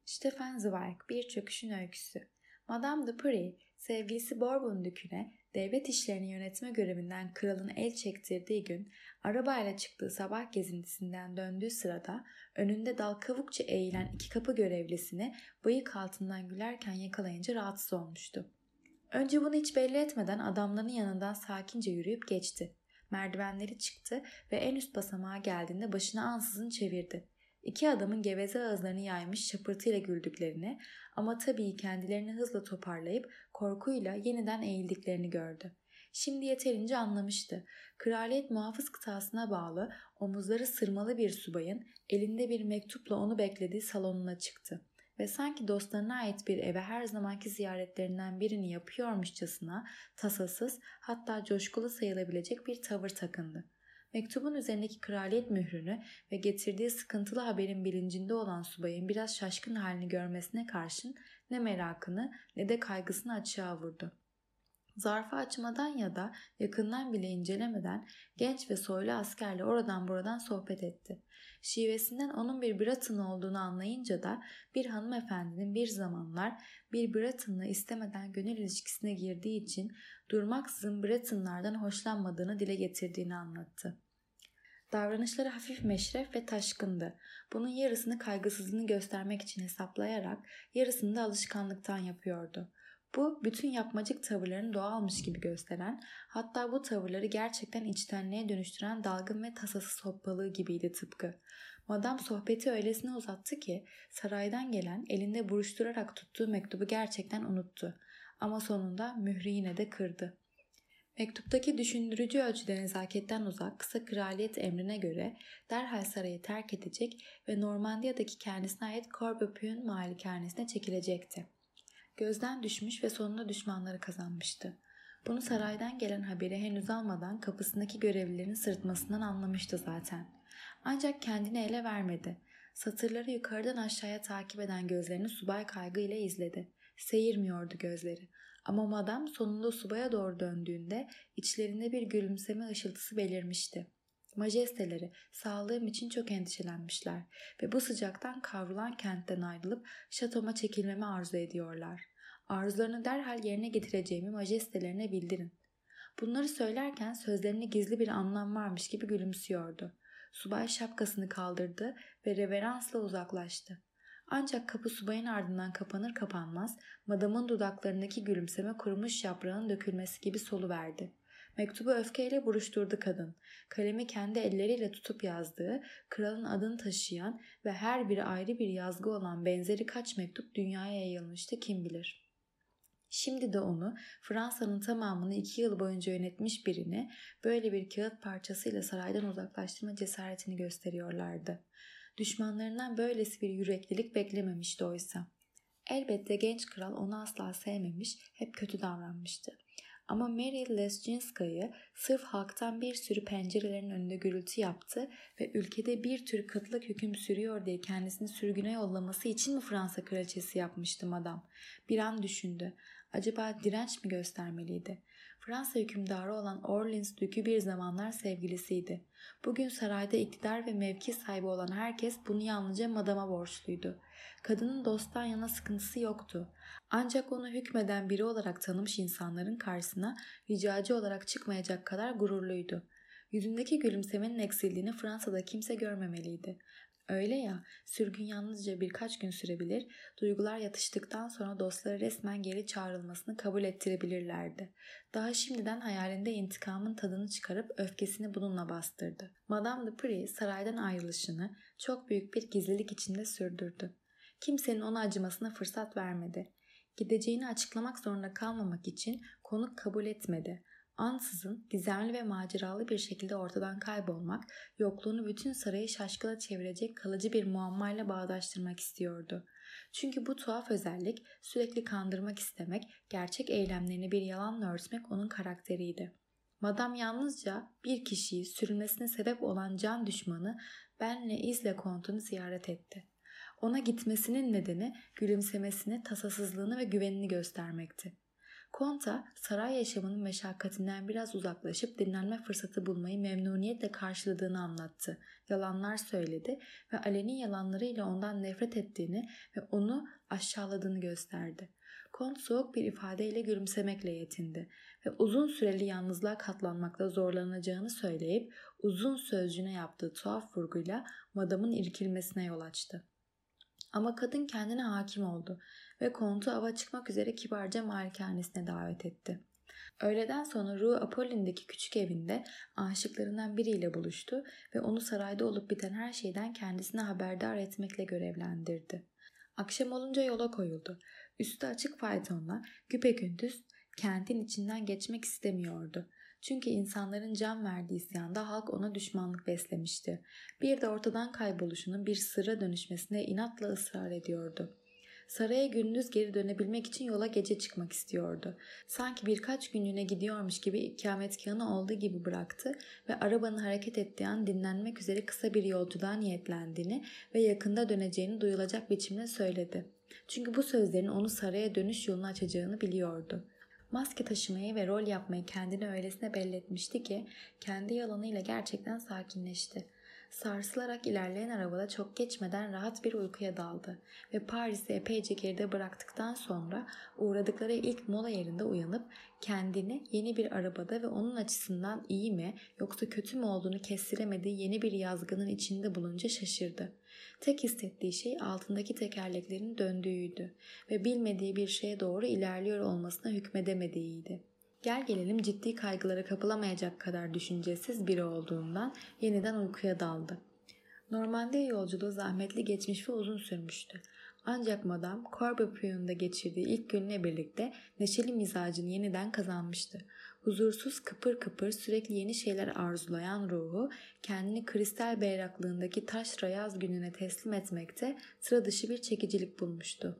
Stefan Zweig, Bir Çöküşün Öyküsü. Madame de Prie, sevgilisi Bourbon Dükü'ne devlet işlerini yönetme görevinden kralın el çektirdiği gün arabayla çıktığı sabah gezintisinden döndüğü sırada önünde dal kavukça eğilen iki kapı görevlisini bıyık altından gülerken yakalayınca rahatsız olmuştu. Önce bunu hiç belli etmeden adamların yanından sakince yürüyüp geçti. Merdivenleri çıktı ve en üst basamağa geldiğinde başını ansızın çevirdi. İki adamın geveze ağızlarını yaymış şapırtıyla güldüklerini ama tabii kendilerini hızla toparlayıp korkuyla yeniden eğildiklerini gördü. Şimdi yeterince anlamıştı. Kraliyet muhafız kıtasına bağlı omuzları sırmalı bir subayın elinde bir mektupla onu beklediği salonuna çıktı. Ve sanki dostlarına ait bir eve her zamanki ziyaretlerinden birini yapıyormuşçasına tasasız hatta coşkulu sayılabilecek bir tavır takındı. Mektubun üzerindeki kraliyet mührünü ve getirdiği sıkıntılı haberin bilincinde olan subayın biraz şaşkın halini görmesine karşın ne merakını ne de kaygısını açığa vurdu. Zarfı açmadan ya da yakından bile incelemeden genç ve soylu askerle oradan buradan sohbet etti. Şivesinden onun bir Breton olduğunu anlayınca da bir hanımefendinin bir zamanlar bir Breton'la istemeden gönül ilişkisine girdiği için durmaksızın Bretonlardan hoşlanmadığını dile getirdiğini anlattı. Davranışları hafif meşref ve taşkındı. Bunun yarısını kaygısızlığını göstermek için hesaplayarak yarısını da alışkanlıktan yapıyordu. Bu bütün yapmacık tavırlarını doğalmış gibi gösteren, hatta bu tavırları gerçekten içtenliğe dönüştüren dalgın ve tasasız hoppalığı gibiydi tıpkı. Madam sohbeti öylesine uzattı ki saraydan gelen elinde buruşturarak tuttuğu mektubu gerçekten unuttu. Ama sonunda mührü yine de kırdı. Mektuptaki düşündürücü ölçüde nezaketten uzak kısa kraliyet emrine göre derhal sarayı terk edecek ve Normandiya'daki kendisine ait Corbepeu'nun malikanesine çekilecekti. Gözden düşmüş ve sonunda düşmanları kazanmıştı. Bunu saraydan gelen haberi henüz almadan kapısındaki görevlilerin sırıtmasından anlamıştı zaten. Ancak kendini ele vermedi. Satırları yukarıdan aşağıya takip eden gözlerini subay kaygıyla izledi. Seyirmiyordu gözleri. Ama madam sonunda subaya doğru döndüğünde içlerinde bir gülümseme ışıltısı belirmişti. Majesteleri sağlığım için çok endişelenmişler ve bu sıcaktan kavrulan kentten ayrılıp şatoma çekilmemi arzu ediyorlar. Arzularını derhal yerine getireceğimi majestelerine bildirin. Bunları söylerken sözlerine gizli bir anlam varmış gibi gülümsüyordu. Subay şapkasını kaldırdı ve reveransla uzaklaştı. Ancak kapı subayın ardından kapanır kapanmaz madamın dudaklarındaki gülümseme kurumuş yaprağın dökülmesi gibi soluverdi. Mektubu öfkeyle buruşturdu kadın. Kalemi kendi elleriyle tutup yazdığı, kralın adını taşıyan ve her biri ayrı bir yazgı olan benzeri kaç mektup dünyaya yayılmıştı kim bilir. Şimdi de onu Fransa'nın tamamını 2 yıl boyunca yönetmiş birini böyle bir kağıt parçasıyla saraydan uzaklaştırma cesaretini gösteriyorlardı. Düşmanlarından böylesi bir yüreklilik beklememişti oysa. Elbette genç kral onu asla sevmemiş, hep kötü davranmıştı. Ama Mary Leszczyńska'yı sırf halktan bir sürü pencerelerin önünde gürültü yaptı ve ülkede bir tür kıtlık hüküm sürüyor diye kendisini sürgüne yollaması için mi Fransa kraliçesi yapmıştı madam? Bir an düşündü. Acaba direnç mi göstermeliydi? Fransa hükümdarı olan Orleans Dükü bir zamanlar sevgilisiydi. Bugün sarayda iktidar ve mevki sahibi olan herkes bunu yalnızca madama borçluydu. Kadının dosttan yana sıkıntısı yoktu. Ancak onu hükmeden biri olarak tanımış insanların karşısına ricacı olarak çıkmayacak kadar gururluydu. Yüzündeki gülümsemenin eksildiğini Fransa'da kimse görmemeliydi. Öyle ya, sürgün yalnızca birkaç gün sürebilir, duygular yatıştıktan sonra dostları resmen geri çağrılmasını kabul ettirebilirlerdi. Daha şimdiden hayalinde intikamın tadını çıkarıp öfkesini bununla bastırdı. Madame de Prie saraydan ayrılışını çok büyük bir gizlilik içinde sürdürdü. Kimsenin ona acımasına fırsat vermedi. Gideceğini açıklamak zorunda kalmamak için konuk kabul etmedi. Ansızın gizemli ve maceralı bir şekilde ortadan kaybolmak, yokluğunu bütün sarayı şaşkına çevirecek kalıcı bir muammayla bağdaştırmak istiyordu. Çünkü bu tuhaf özellik sürekli kandırmak istemek, gerçek eylemlerini bir yalanla örtmek onun karakteriydi. Madam yalnızca bir kişiyi sürülmesine sebep olan can düşmanı Benle İzle kontunu ziyaret etti. Ona gitmesinin nedeni gülümsemesini, tasasızlığını ve güvenini göstermekti. Konta saray yaşamının meşakkatinden biraz uzaklaşıp dinlenme fırsatı bulmayı memnuniyetle karşıladığını anlattı. Yalanlar söyledi ve aleni yalanlarıyla ondan nefret ettiğini ve onu aşağıladığını gösterdi. Kont soğuk bir ifadeyle gülümsemekle yetindi ve uzun süreli yalnızlığa katlanmakta zorlanacağını söyleyip uzun sözcüğüne yaptığı tuhaf vurguyla madamın irkilmesine yol açtı. Ama kadın kendine hakim oldu ve Kont'u ava çıkmak üzere kibarca malikanesine davet etti. Öğleden sonra Rue Apolline'deki küçük evinde aşıklarından biriyle buluştu ve onu sarayda olup biten her şeyden kendisine haberdar etmekle görevlendirdi. Akşam olunca yola koyuldu. Üstü açık faytonla güpegündüz kentin içinden geçmek istemiyordu. Çünkü insanların can verdiği isyanda halk ona düşmanlık beslemişti. Bir de ortadan kayboluşunun bir sırra dönüşmesine inatla ısrar ediyordu. Saraya gündüz geri dönebilmek için yola gece çıkmak istiyordu. Sanki birkaç günlüğüne gidiyormuş gibi ikametgahını olduğu gibi bıraktı ve arabanın hareket ettiği an dinlenmek üzere kısa bir yolculuğa niyetlendiğini ve yakında döneceğini duyulacak biçimde söyledi. Çünkü bu sözlerin onu saraya dönüş yolunu açacağını biliyordu. Maske taşımayı ve rol yapmayı kendine öylesine belli etmişti ki kendi yalanıyla gerçekten sakinleşti. Sarsılarak ilerleyen arabada çok geçmeden rahat bir uykuya daldı ve Paris'i epeyce geride bıraktıktan sonra uğradıkları ilk mola yerinde uyanıp kendini yeni bir arabada ve onun açısından iyi mi yoksa kötü mü olduğunu kestiremediği yeni bir yazgının içinde bulunca şaşırdı. Tek hissettiği şey altındaki tekerleklerin döndüğüydü ve bilmediği bir şeye doğru ilerliyor olmasına hükmedemediğiydi. Gel gelelim ciddi kaygılara kapılamayacak kadar düşüncesiz biri olduğundan yeniden uykuya daldı. Normandiya yolculuğu zahmetli geçmiş ve uzun sürmüştü. Ancak Madame Courbevoie'da geçirdiği ilk günle birlikte neşeli mizacını yeniden kazanmıştı. Huzursuz, kıpır kıpır, sürekli yeni şeyler arzulayan ruhu kendini kristal berraklığındaki taşra yaz gününe teslim etmekte sıra dışı bir çekicilik bulmuştu.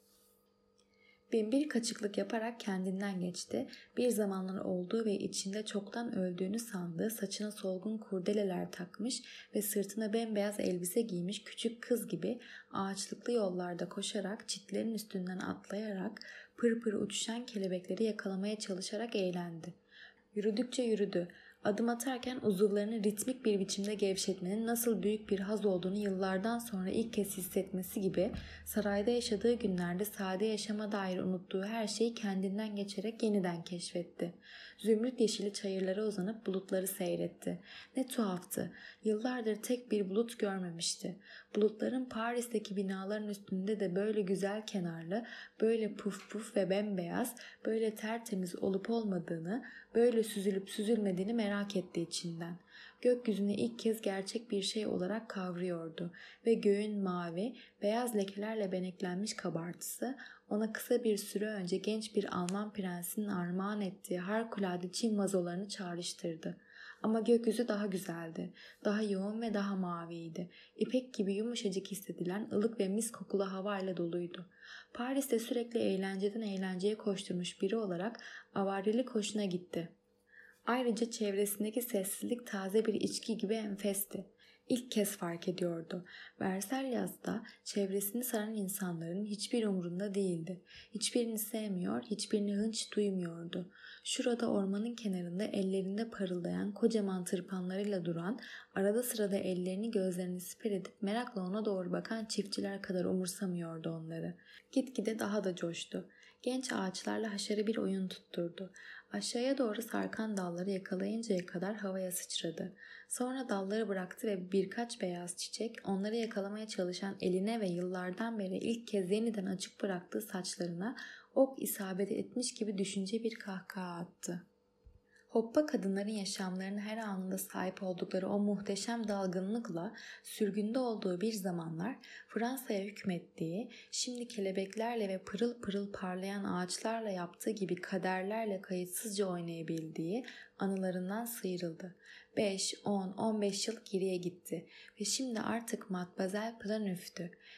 Binbir kaçıklık yaparak kendinden geçti. Bir zamanlar olduğu ve içinde çoktan öldüğünü sandığı saçına solgun kurdeleler takmış ve sırtına bembeyaz elbise giymiş küçük kız gibi ağaçlıklı yollarda koşarak, çitlerin üstünden atlayarak, pır uçuşan kelebekleri yakalamaya çalışarak eğlendi. Yürüdükçe yürüdü. Adım atarken uzuvlarını ritmik bir biçimde gevşetmenin nasıl büyük bir haz olduğunu yıllardan sonra ilk kez hissetmesi gibi sarayda yaşadığı günlerde sade yaşama dair unuttuğu her şeyi kendinden geçerek yeniden keşfetti. Zümrüt yeşili çayırlara uzanıp bulutları seyretti. Ne tuhaftı. Yıllardır tek bir bulut görmemişti. Bulutların Paris'teki binaların üstünde de böyle güzel kenarlı, böyle puf puf ve bembeyaz, böyle tertemiz olup olmadığını, böyle süzülüp süzülmediğini merak etti içinden. Gökyüzünü ilk kez gerçek bir şey olarak kavruyordu ve göğün mavi, beyaz lekelerle beneklenmiş kabartısı ona kısa bir süre önce genç bir Alman prensinin armağan ettiği harikulade Çin vazolarını çağrıştırdı. Ama gökyüzü daha güzeldi, daha yoğun ve daha maviydi. İpek gibi yumuşacık hissedilen ılık ve mis kokulu havayla doluydu. Paris'te sürekli eğlenceden eğlenceye koşturmuş biri olarak avarilik hoşuna gitti. Ayrıca çevresindeki sessizlik taze bir içki gibi enfesti. İlk kez fark ediyordu. Versailles'da çevresini saran insanların hiçbir umurunda değildi. Hiçbirini sevmiyor, hiçbirini hınç duymuyordu. Şurada ormanın kenarında ellerinde parıldayan kocaman tırpanlarıyla duran, arada sırada ellerini gözlerini siper edip merakla ona doğru bakan çiftçiler kadar umursamıyordu onları. Gitgide daha da coştu. Genç ağaçlarla haşarı bir oyun tutturdu. Aşağıya doğru sarkan dalları yakalayıncaya kadar havaya sıçradı. Sonra dalları bıraktı ve birkaç beyaz çiçek onları yakalamaya çalışan eline ve yıllardan beri ilk kez yeniden açık bıraktığı saçlarına ok isabet etmiş gibi düşünce bir kahkaha attı. Hoppa kadınların yaşamlarının her anında sahip oldukları o muhteşem dalgınlıkla sürgünde olduğu bir zamanlar Fransa'ya hükmettiği, şimdi kelebeklerle ve pırıl pırıl parlayan ağaçlarla yaptığı gibi kaderlerle kayıtsızca oynayabildiği anılarından sıyrıldı. 5, 10, 15 yıl geriye gitti ve şimdi artık Matmazel Planüftü.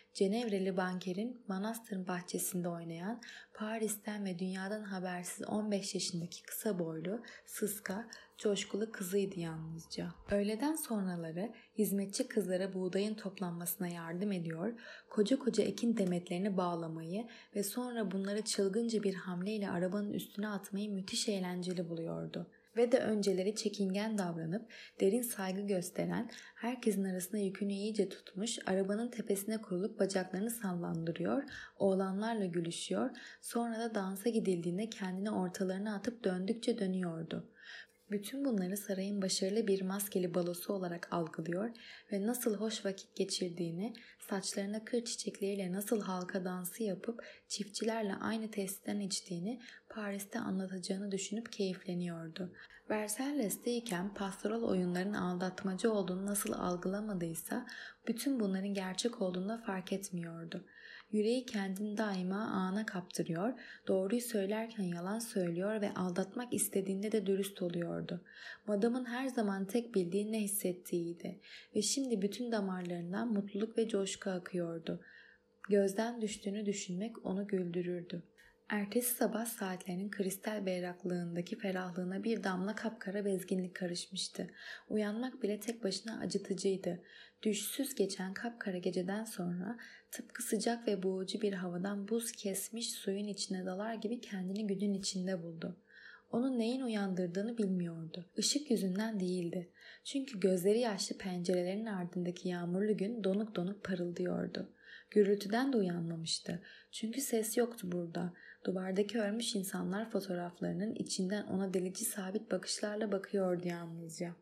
Cenevreli bankerin manastırın bahçesinde oynayan, Paris'ten ve dünyadan habersiz 15 yaşındaki kısa boylu, sıska, coşkulu kızıydı yalnızca. Öğleden sonraları hizmetçi kızlara buğdayın toplanmasına yardım ediyor, koca koca ekin demetlerini bağlamayı ve sonra bunları çılgınca bir hamleyle arabanın üstüne atmayı müthiş eğlenceli buluyordu. Ve de önceleri çekingen davranıp derin saygı gösteren, herkesin arasında yükünü iyice tutmuş, arabanın tepesine kurulup bacaklarını sallandırıyor, oğlanlarla gülüşüyor, sonra da dansa gidildiğinde kendini ortalarına atıp döndükçe dönüyordu. Bütün bunları sarayın başarılı bir maskeli balosu olarak algılıyor ve nasıl hoş vakit geçirdiğini, saçlarına kır çiçekleriyle nasıl halka dansı yapıp çiftçilerle aynı tesisten içtiğini Paris'te anlatacağını düşünüp keyifleniyordu. Versailles'teyken pastoral oyunların aldatmacı olduğunu nasıl algılamadıysa bütün bunların gerçek olduğunu fark etmiyordu. Yüreği kendini daima ana kaptırıyor, doğruyu söylerken yalan söylüyor ve aldatmak istediğinde de dürüst oluyordu. Madamın her zaman tek bildiği ne hissettiğiydi ve şimdi bütün damarlarından mutluluk ve coşku akıyordu. Gözden düştüğünü düşünmek onu güldürürdü. Ertesi sabah saatlerinin kristal berraklığındaki ferahlığına bir damla kapkara bezginlik karışmıştı. Uyanmak bile tek başına acıtıcıydı. Düşsüz geçen kapkara geceden sonra tıpkı sıcak ve boğucu bir havadan buz kesmiş suyun içine dalar gibi kendini günün içinde buldu. Onun neyin uyandırdığını bilmiyordu. Işık yüzünden değildi. Çünkü gözleri yaşlı pencerelerin ardındaki yağmurlu gün donuk donuk parıldıyordu. Gürültüden de uyanmamıştı. Çünkü ses yoktu burada. Duvardaki ölmüş insanlar fotoğraflarının içinden ona delici sabit bakışlarla bakıyordu yalnızca.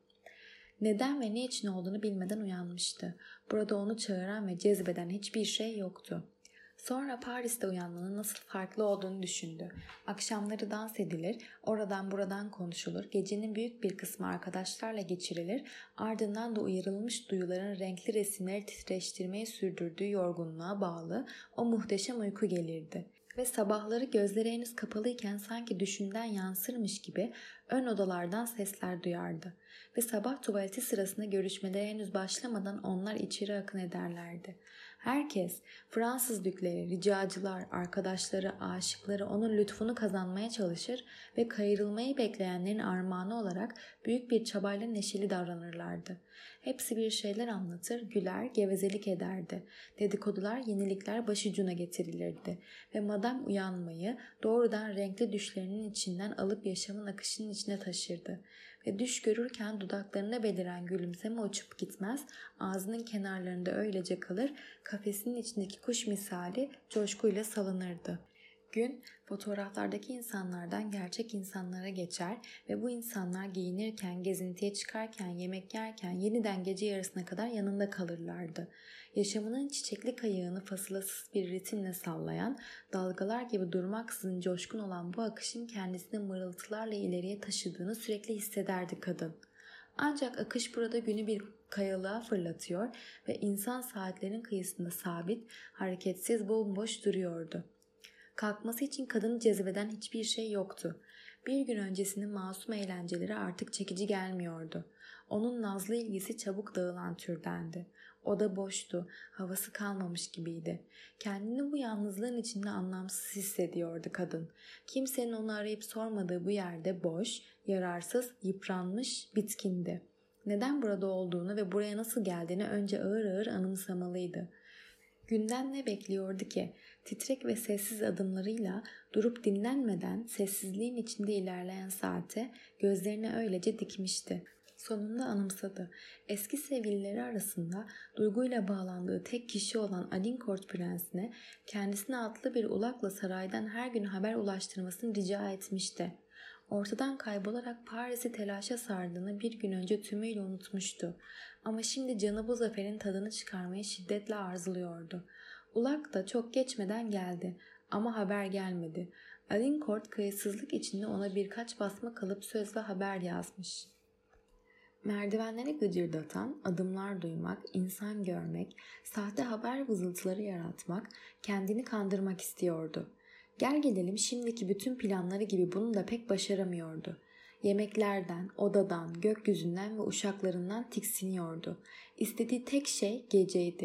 Neden ve ne için olduğunu bilmeden uyanmıştı. Burada onu çağıran ve cezbeden hiçbir şey yoktu. Sonra Paris'te uyanmanın nasıl farklı olduğunu düşündü. Akşamları dans edilir, oradan buradan konuşulur, gecenin büyük bir kısmı arkadaşlarla geçirilir, ardından da uyarılmış duyuların renkli resimleri titreştirmeyi sürdürdüğü yorgunluğa bağlı o muhteşem uyku gelirdi. Ve sabahları gözleri henüz kapalıyken sanki düşünden yansırmış gibi ön odalardan sesler duyardı. Ve sabah tuvaleti sırasında görüşmeleri henüz başlamadan onlar içeri akın ederlerdi. Herkes, Fransız dükleri, ricacılar, arkadaşları, aşıkları onun lütfunu kazanmaya çalışır ve kayırılmayı bekleyenlerin armağanı olarak büyük bir çabayla neşeli davranırlardı. Hepsi bir şeyler anlatır, güler, gevezelik ederdi. Dedikodular, yenilikler başucuna getirilirdi ve madam uyanmayı doğrudan renkli düşlerinin içinden alıp yaşamın akışının içine taşırdı. Ve düş görürken dudaklarına beliren gülümseme uçup gitmez, ağzının kenarlarında öylece kalır, kafesinin içindeki kuş misali coşkuyla salınırdı. Gün fotoğraflardaki insanlardan gerçek insanlara geçer ve bu insanlar giyinirken, gezintiye çıkarken, yemek yerken yeniden gece yarısına kadar yanında kalırlardı. Yaşamının çiçekli kayığını fasılasız bir ritimle sallayan, dalgalar gibi durmaksızın coşkun olan bu akışın kendisini mırıltılarla ileriye taşıdığını sürekli hissederdi kadın. Ancak akış burada günü bir kayalığa fırlatıyor ve insan saatlerin kıyısında sabit, hareketsiz, bomboş duruyordu. Kalkması için kadını cezbeden hiçbir şey yoktu. Bir gün öncesinin masum eğlenceleri artık çekici gelmiyordu. Onun nazlı ilgisi çabuk dağılan türdendi. Oda boştu, havası kalmamış gibiydi. Kendini bu yalnızlığın içinde anlamsız hissediyordu kadın. Kimsenin onu arayıp sormadığı bu yerde boş, yararsız, yıpranmış, bitkindi. Neden burada olduğunu ve buraya nasıl geldiğini önce ağır ağır anımsamalıydı. Günden ne bekliyordu ki? Titrek ve sessiz adımlarıyla durup dinlenmeden sessizliğin içinde ilerleyen saate gözlerini öylece dikmişti. Sonunda anımsadı. Eski sevgilileri arasında duyguyla bağlandığı tek kişi olan Alincourt prensine kendisine atlı bir ulakla saraydan her gün haber ulaştırmasını rica etmişti. Ortadan kaybolarak Paris'i telaşa sardığını bir gün önce tümüyle unutmuştu. Ama şimdi canı bu zaferin tadını çıkarmayı şiddetle arzuluyordu. Ulak da çok geçmeden geldi ama haber gelmedi. Alincourt kayıtsızlık içinde ona birkaç basma kalıp söz ve haber yazmış. Merdivenleri gıcırdatan, adımlar duymak, insan görmek, sahte haber vızıltıları yaratmak, kendini kandırmak istiyordu. Gel gelelim şimdiki bütün planları gibi bunu da pek başaramıyordu. Yemeklerden, odadan, gökyüzünden ve uşaklarından tiksiniyordu. İstediği tek şey geceydi.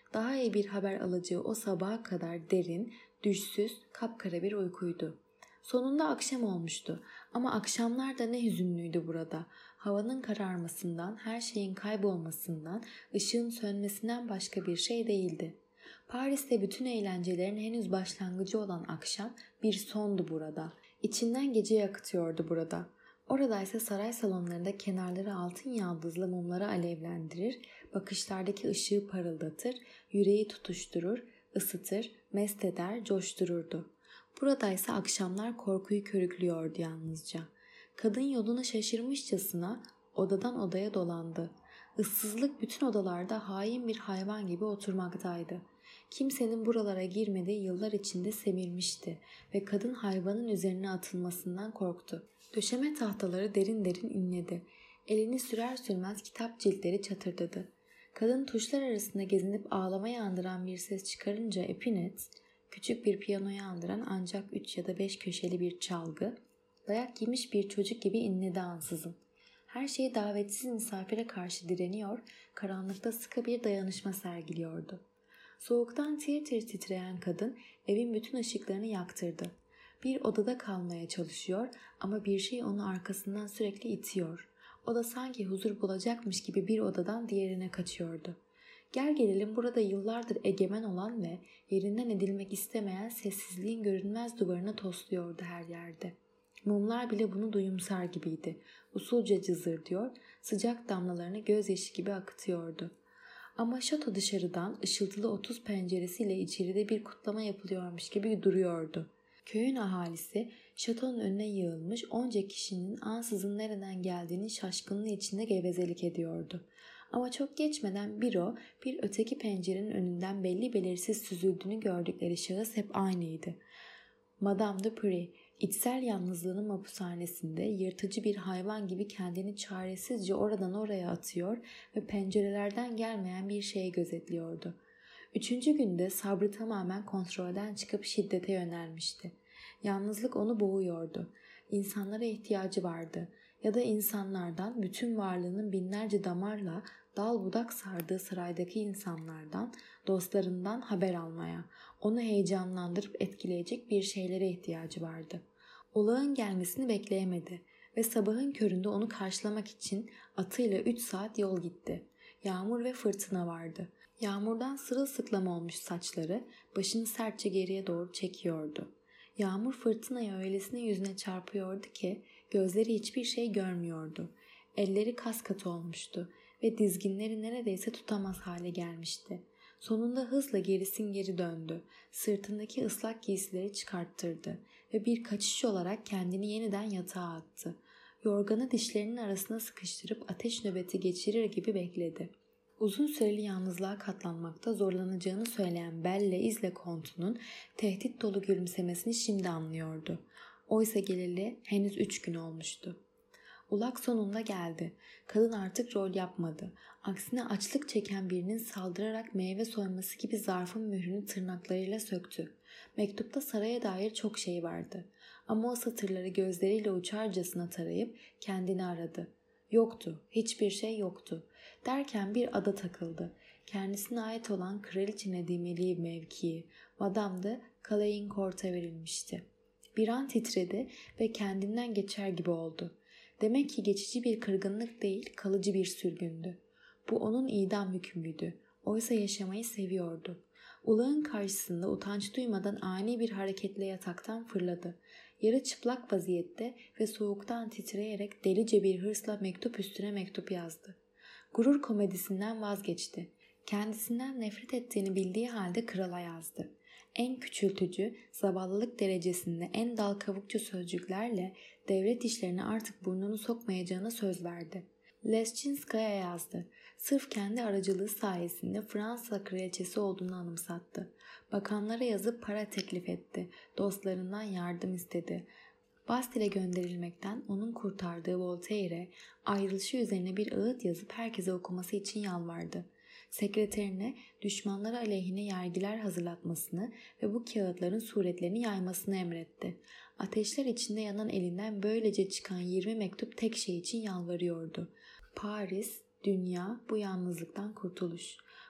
Daha iyi bir haber alacağı o sabaha kadar derin, düşsüz, kapkara bir uykuydu. Sonunda akşam olmuştu ama akşamlar da ne hüzünlüydü burada. Havanın kararmasından, her şeyin kaybolmasından, ışığın sönmesinden başka bir şey değildi. Paris'te bütün eğlencelerin henüz başlangıcı olan akşam bir sondu burada. İçinden gece yakıtıyordu burada. Oradaysa saray salonlarında kenarları altın yaldızlı mumları alevlendirir, bakışlardaki ışığı parıldatır, yüreği tutuşturur, ısıtır, mest eder, coştururdu. Buradaysa akşamlar korkuyu körüklüyordu yalnızca. Kadın yolunu şaşırmışçasına odadan odaya dolandı. Issızlık bütün odalarda hain bir hayvan gibi oturmaktaydı. Kimsenin buralara girmediği yıllar içinde semirmişti ve kadın hayvanın üzerine atılmasından korktu. Döşeme tahtaları derin derin inledi. Elini sürer sürmez kitap ciltleri çatırdadı. Kadın tuşlar arasında gezinip ağlamaya andıran bir ses çıkarınca Epinet, küçük bir piyanoyu andıran ancak 3 ya da 5 köşeli bir çalgı, dayak yemiş bir çocuk gibi inledi ansızın. Her şeyi davetsiz misafire karşı direniyor, karanlıkta sıkı bir dayanışma sergiliyordu. Soğuktan tir tir titreyen kadın evin bütün ışıklarını yaktırdı. Bir odada kalmaya çalışıyor ama bir şey onu arkasından sürekli itiyor. O da sanki huzur bulacakmış gibi bir odadan diğerine kaçıyordu. Gel gelelim burada yıllardır egemen olan ve yerinden edilmek istemeyen sessizliğin görünmez duvarına tosluyordu her yerde. Mumlar bile bunu duyumsar gibiydi. Usulca cızırdıyor, sıcak damlalarını gözyaşı gibi akıtıyordu. Ama şato dışarıdan ışıltılı 30 penceresiyle içeride bir kutlama yapılıyormuş gibi duruyordu. Köyün ahalisi şatonun önüne yığılmış onca kişinin ansızın nereden geldiğini şaşkınlığı içinde gevezelik ediyordu. Ama çok geçmeden bir öteki pencerenin önünden belli belirsiz süzüldüğünü gördükleri şahıs hep aynıydı. Madame de Prie, içsel yalnızlığının mapushanesinde yırtıcı bir hayvan gibi kendini çaresizce oradan oraya atıyor ve pencerelerden gelmeyen bir şeyi gözetliyordu. 3. günde sabrı tamamen kontrolden çıkıp şiddete yönelmişti. Yalnızlık onu boğuyordu. İnsanlara ihtiyacı vardı ya da insanlardan, bütün varlığının binlerce damarla dal budak sardığı saraydaki insanlardan, dostlarından haber almaya, onu heyecanlandırıp etkileyecek bir şeylere ihtiyacı vardı. Olağın gelmesini bekleyemedi ve sabahın köründe onu karşılamak için atıyla 3 saat yol gitti. Yağmur ve fırtına vardı. Yağmurdan sırılsıklam olmuş saçları başını sertçe geriye doğru çekiyordu. Yağmur fırtınayı öylesine yüzüne çarpıyordu ki gözleri hiçbir şey görmüyordu. Elleri kaskatı olmuştu ve dizginleri neredeyse tutamaz hale gelmişti. Sonunda hızla gerisin geri döndü. Sırtındaki ıslak giysileri çıkarttırdı ve bir kaçış olarak kendini yeniden yatağa attı. Yorganı dişlerinin arasına sıkıştırıp ateş nöbeti geçirir gibi bekledi. Uzun süreli yalnızlığa katlanmakta zorlanacağını söyleyen Belle Isle Kontu'nun tehdit dolu gülümsemesini şimdi anlıyordu. Oysa geleli henüz 3 gün olmuştu. Ulak sonunda geldi. Kadın artık rol yapmadı. Aksine açlık çeken birinin saldırarak meyve soyması gibi zarfın mührünü tırnaklarıyla söktü. Mektupta saraya dair çok şey vardı. Ama o satırları gözleriyle uçarcasına tarayıp kendini aradı. Yoktu, hiçbir şey yoktu. Derken bir ada takıldı. Kendisine ait olan kraliçe nedimeliği mevkii, Madame de Caulaincourt'a verilmişti. Bir an titredi ve kendinden geçer gibi oldu. Demek ki geçici bir kırgınlık değil, kalıcı bir sürgündü. Bu onun idam hükmüydü. Oysa yaşamayı seviyordu. Ulağın karşısında utanç duymadan ani bir hareketle yataktan fırladı. Yarı çıplak vaziyette ve soğuktan titreyerek delice bir hırsla mektup üstüne mektup yazdı. Gurur komedisinden vazgeçti. Kendisinden nefret ettiğini bildiği halde krala yazdı. En küçültücü, zavallılık derecesinde en dal kavukçu sözcüklerle devlet işlerine artık burnunu sokmayacağına söz verdi. Leschinska'ya yazdı. Sırf kendi aracılığı sayesinde Fransa kraliçesi olduğunu anımsattı. Bakanlara yazıp para teklif etti. Dostlarından yardım istedi. Bastille gönderilmekten onun kurtardığı Voltaire'e ayrılışı üzerine bir öğüt yazıp herkese okuması için yalvardı. Sekreterine düşmanları aleyhine yergiler hazırlatmasını ve bu kağıtların suretlerini yaymasını emretti. Ateşler içinde yanan elinden böylece çıkan 20 mektup tek şey için yalvarıyordu. Paris, dünya, bu yalnızlıktan kurtuluş.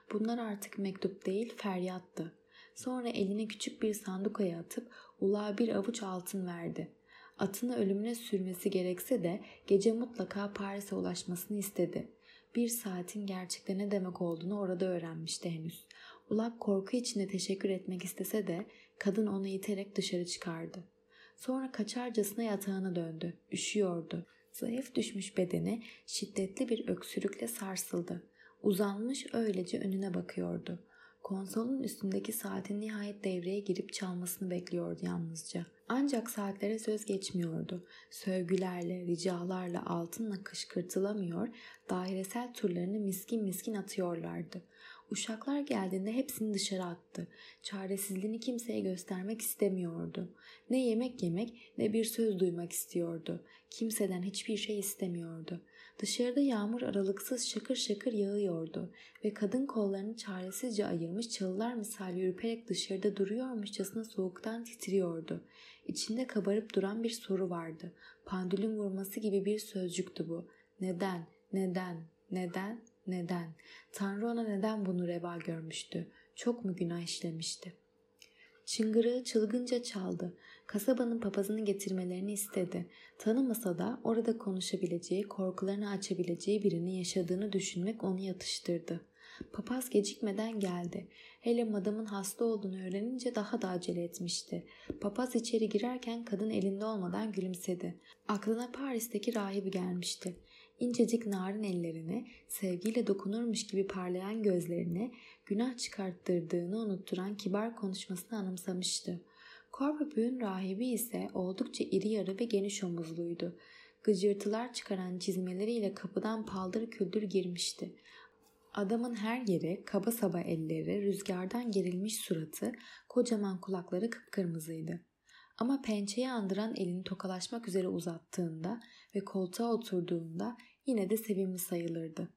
Bunlar artık mektup değil, feryattı. Sonra elini küçük bir sandukaya atıp ulağa bir avuç altın verdi. Atını ölümüne sürmesi gerekse de gece mutlaka Paris'e ulaşmasını istedi. Bir saatin gerçekte ne demek olduğunu orada öğrenmişti henüz. Ulak korku içinde teşekkür etmek istese de kadın onu iterek dışarı çıkardı. Sonra kaçarcasına yatağına döndü. Üşüyordu. Zayıf düşmüş bedeni şiddetli bir öksürükle sarsıldı. Uzanmış öylece önüne bakıyordu. Konsolun üstündeki saatin nihayet devreye girip çalmasını bekliyordu yalnızca. Ancak saatlere söz geçmiyordu. Sövgülerle, ricalarla, altınla kışkırtılamıyor, dairesel turlarını miskin miskin atıyorlardı. Uşaklar geldiğinde hepsini dışarı attı. Çaresizliğini kimseye göstermek istemiyordu. Ne yemek yemek ne bir söz duymak istiyordu. Kimseden hiçbir şey istemiyordu. Dışarıda yağmur aralıksız şakır şakır yağıyordu ve kadın kollarını çaresizce ayırmış çalılar misali ürperek dışarıda duruyormuşçasına soğuktan titriyordu. İçinde kabarıp duran bir soru vardı. Pandülün vurması gibi bir sözcüktü bu. Neden, neden, neden, neden? Tanrı ona neden bunu reva görmüştü? Çok mu günah işlemişti? Çıngırağı çılgınca çaldı. Kasabanın papazını getirmelerini istedi. Tanımasa da orada konuşabileceği, korkularını açabileceği birinin yaşadığını düşünmek onu yatıştırdı. Papaz gecikmeden geldi. Hele madamın hasta olduğunu öğrenince daha da acele etmişti. Papaz içeri girerken kadın elinde olmadan gülümsedi. Aklına Paris'teki rahibi gelmişti. İncecik narin ellerini, sevgiyle dokunurmuş gibi parlayan gözlerini, günah çıkarttırdığını unutturan kibar konuşmasını anımsamıştı. Corbep'ün rahibi ise oldukça iri yarı ve geniş omuzluydu. Gıcırtılar çıkaran çizmeleriyle kapıdan paldır küldür girmişti. Adamın her yeri, kaba saba elleri, rüzgardan gerilmiş suratı, kocaman kulakları kıpkırmızıydı. Ama pençeyi andıran elini tokalaşmak üzere uzattığında ve koltuğa oturduğunda yine de sevimli sayılırdı.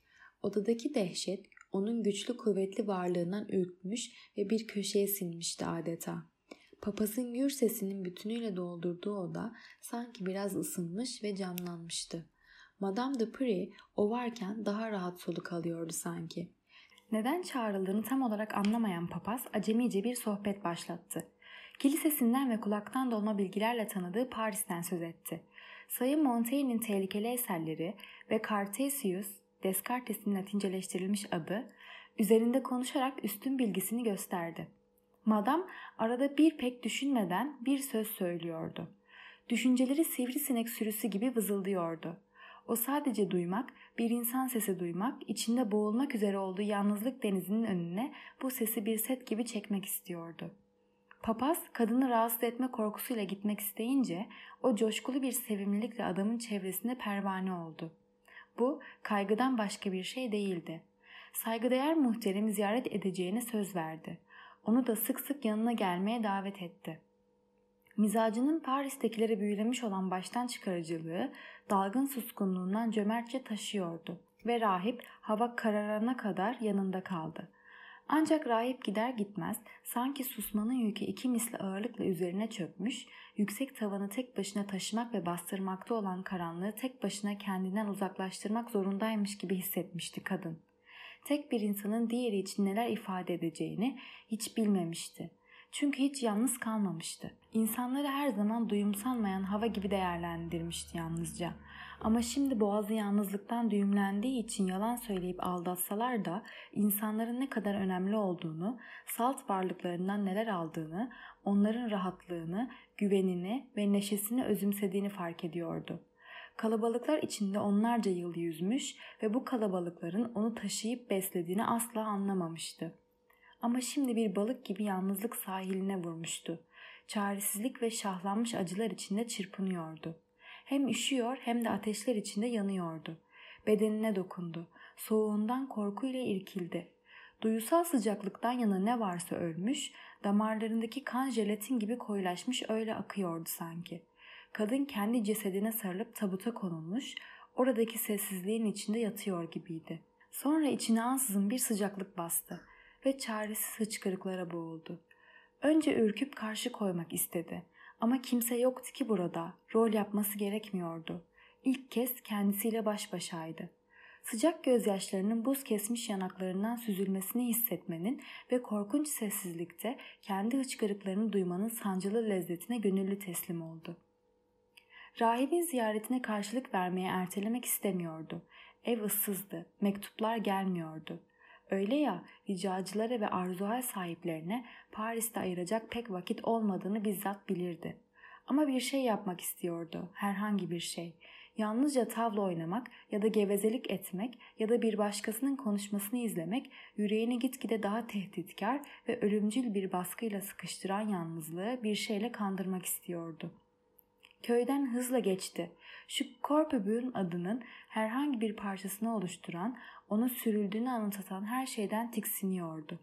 Odadaki dehşet onun güçlü kuvvetli varlığından ürkmüş ve bir köşeye sinmişti adeta. Papazın gür sesinin bütünüyle doldurduğu oda sanki biraz ısınmış ve canlanmıştı. Madame de Prie o varken daha rahat soluk alıyordu sanki. Neden çağrıldığını tam olarak anlamayan papaz acemice bir sohbet başlattı. Kilisesinden ve kulaktan dolma bilgilerle tanıdığı Paris'ten söz etti. Sayın Montaigne'in tehlikeli eserleri ve Cartesius, Descartes'in latinceleştirilmiş adı, üzerinde konuşarak üstün bilgisini gösterdi. Madam arada bir pek düşünmeden bir söz söylüyordu. Düşünceleri sivrisinek sürüsü gibi vızıldıyordu. O sadece duymak, bir insan sesi duymak, içinde boğulmak üzere olduğu yalnızlık denizinin önüne bu sesi bir set gibi çekmek istiyordu. Papaz kadını rahatsız etme korkusuyla gitmek isteyince o coşkulu bir sevimlilikle adamın çevresinde pervane oldu. Bu kaygıdan başka bir şey değildi. Saygıdeğer muhteremi ziyaret edeceğine söz verdi. Onu da sık sık yanına gelmeye davet etti. Mizacının Paris'tekilere büyülemiş olan baştan çıkarıcılığı dalgın suskunluğundan cömertçe taşıyordu ve rahip hava kararana kadar yanında kaldı. Ancak rahip gider gitmez sanki susmanın yükü iki misli ağırlıkla üzerine çökmüş, yüksek tavanı tek başına taşımak ve bastırmakta olan karanlığı tek başına kendinden uzaklaştırmak zorundaymış gibi hissetmişti kadın. Tek bir insanın diğeri için neler ifade edeceğini hiç bilmemişti. Çünkü hiç yalnız kalmamıştı. İnsanları her zaman duyumsanmayan hava gibi değerlendirmişti yalnızca. Ama şimdi boğazı yalnızlıktan düğümlendiği için yalan söyleyip aldatsalar da insanların ne kadar önemli olduğunu, salt varlıklarından neler aldığını, onların rahatlığını, güvenini ve neşesini özümsediğini fark ediyordu. Kalabalıklar içinde onlarca yıl yüzmüş ve bu kalabalıkların onu taşıyıp beslediğini asla anlamamıştı. Ama şimdi bir balık gibi yalnızlık sahiline vurmuştu. Çaresizlik ve şahlanmış acılar içinde çırpınıyordu. Hem üşüyor hem de ateşler içinde yanıyordu. Bedenine dokundu. Soğuğundan korkuyla irkildi. Duyusal sıcaklıktan yana ne varsa ölmüş, damarlarındaki kan jelatin gibi koyulaşmış öyle akıyordu sanki. Kadın kendi cesedine sarılıp tabuta konulmuş, oradaki sessizliğin içinde yatıyor gibiydi. Sonra içine ansızın bir sıcaklık bastı ve çaresiz hıçkırıklara boğuldu. Önce ürküp karşı koymak istedi. Ama kimse yoktu ki burada. Rol yapması gerekmiyordu. İlk kez kendisiyle baş başaydı. Sıcak gözyaşlarının buz kesmiş yanaklarından süzülmesini hissetmenin ve korkunç sessizlikte kendi hıçkırıklarını duymanın sancılı lezzetine gönüllü teslim oldu. Rahibin ziyaretine karşılık vermeye ertelemek istemiyordu. Ev ıssızdı, mektuplar gelmiyordu. Öyle ya, ricacılara ve arzuhal sahiplerine Paris'te ayıracak pek vakit olmadığını bizzat bilirdi. Ama bir şey yapmak istiyordu, herhangi bir şey. Yalnızca tavla oynamak ya da gevezelik etmek ya da bir başkasının konuşmasını izlemek yüreğini gitgide daha tehditkar ve ölümcül bir baskıyla sıkıştıran yalnızlığı bir şeyle kandırmak istiyordu. Köyden hızla geçti. Şu Korpübüğün adının herhangi bir parçasını oluşturan, onu sürüldüğünü anımsatan her şeyden tiksiniyordu.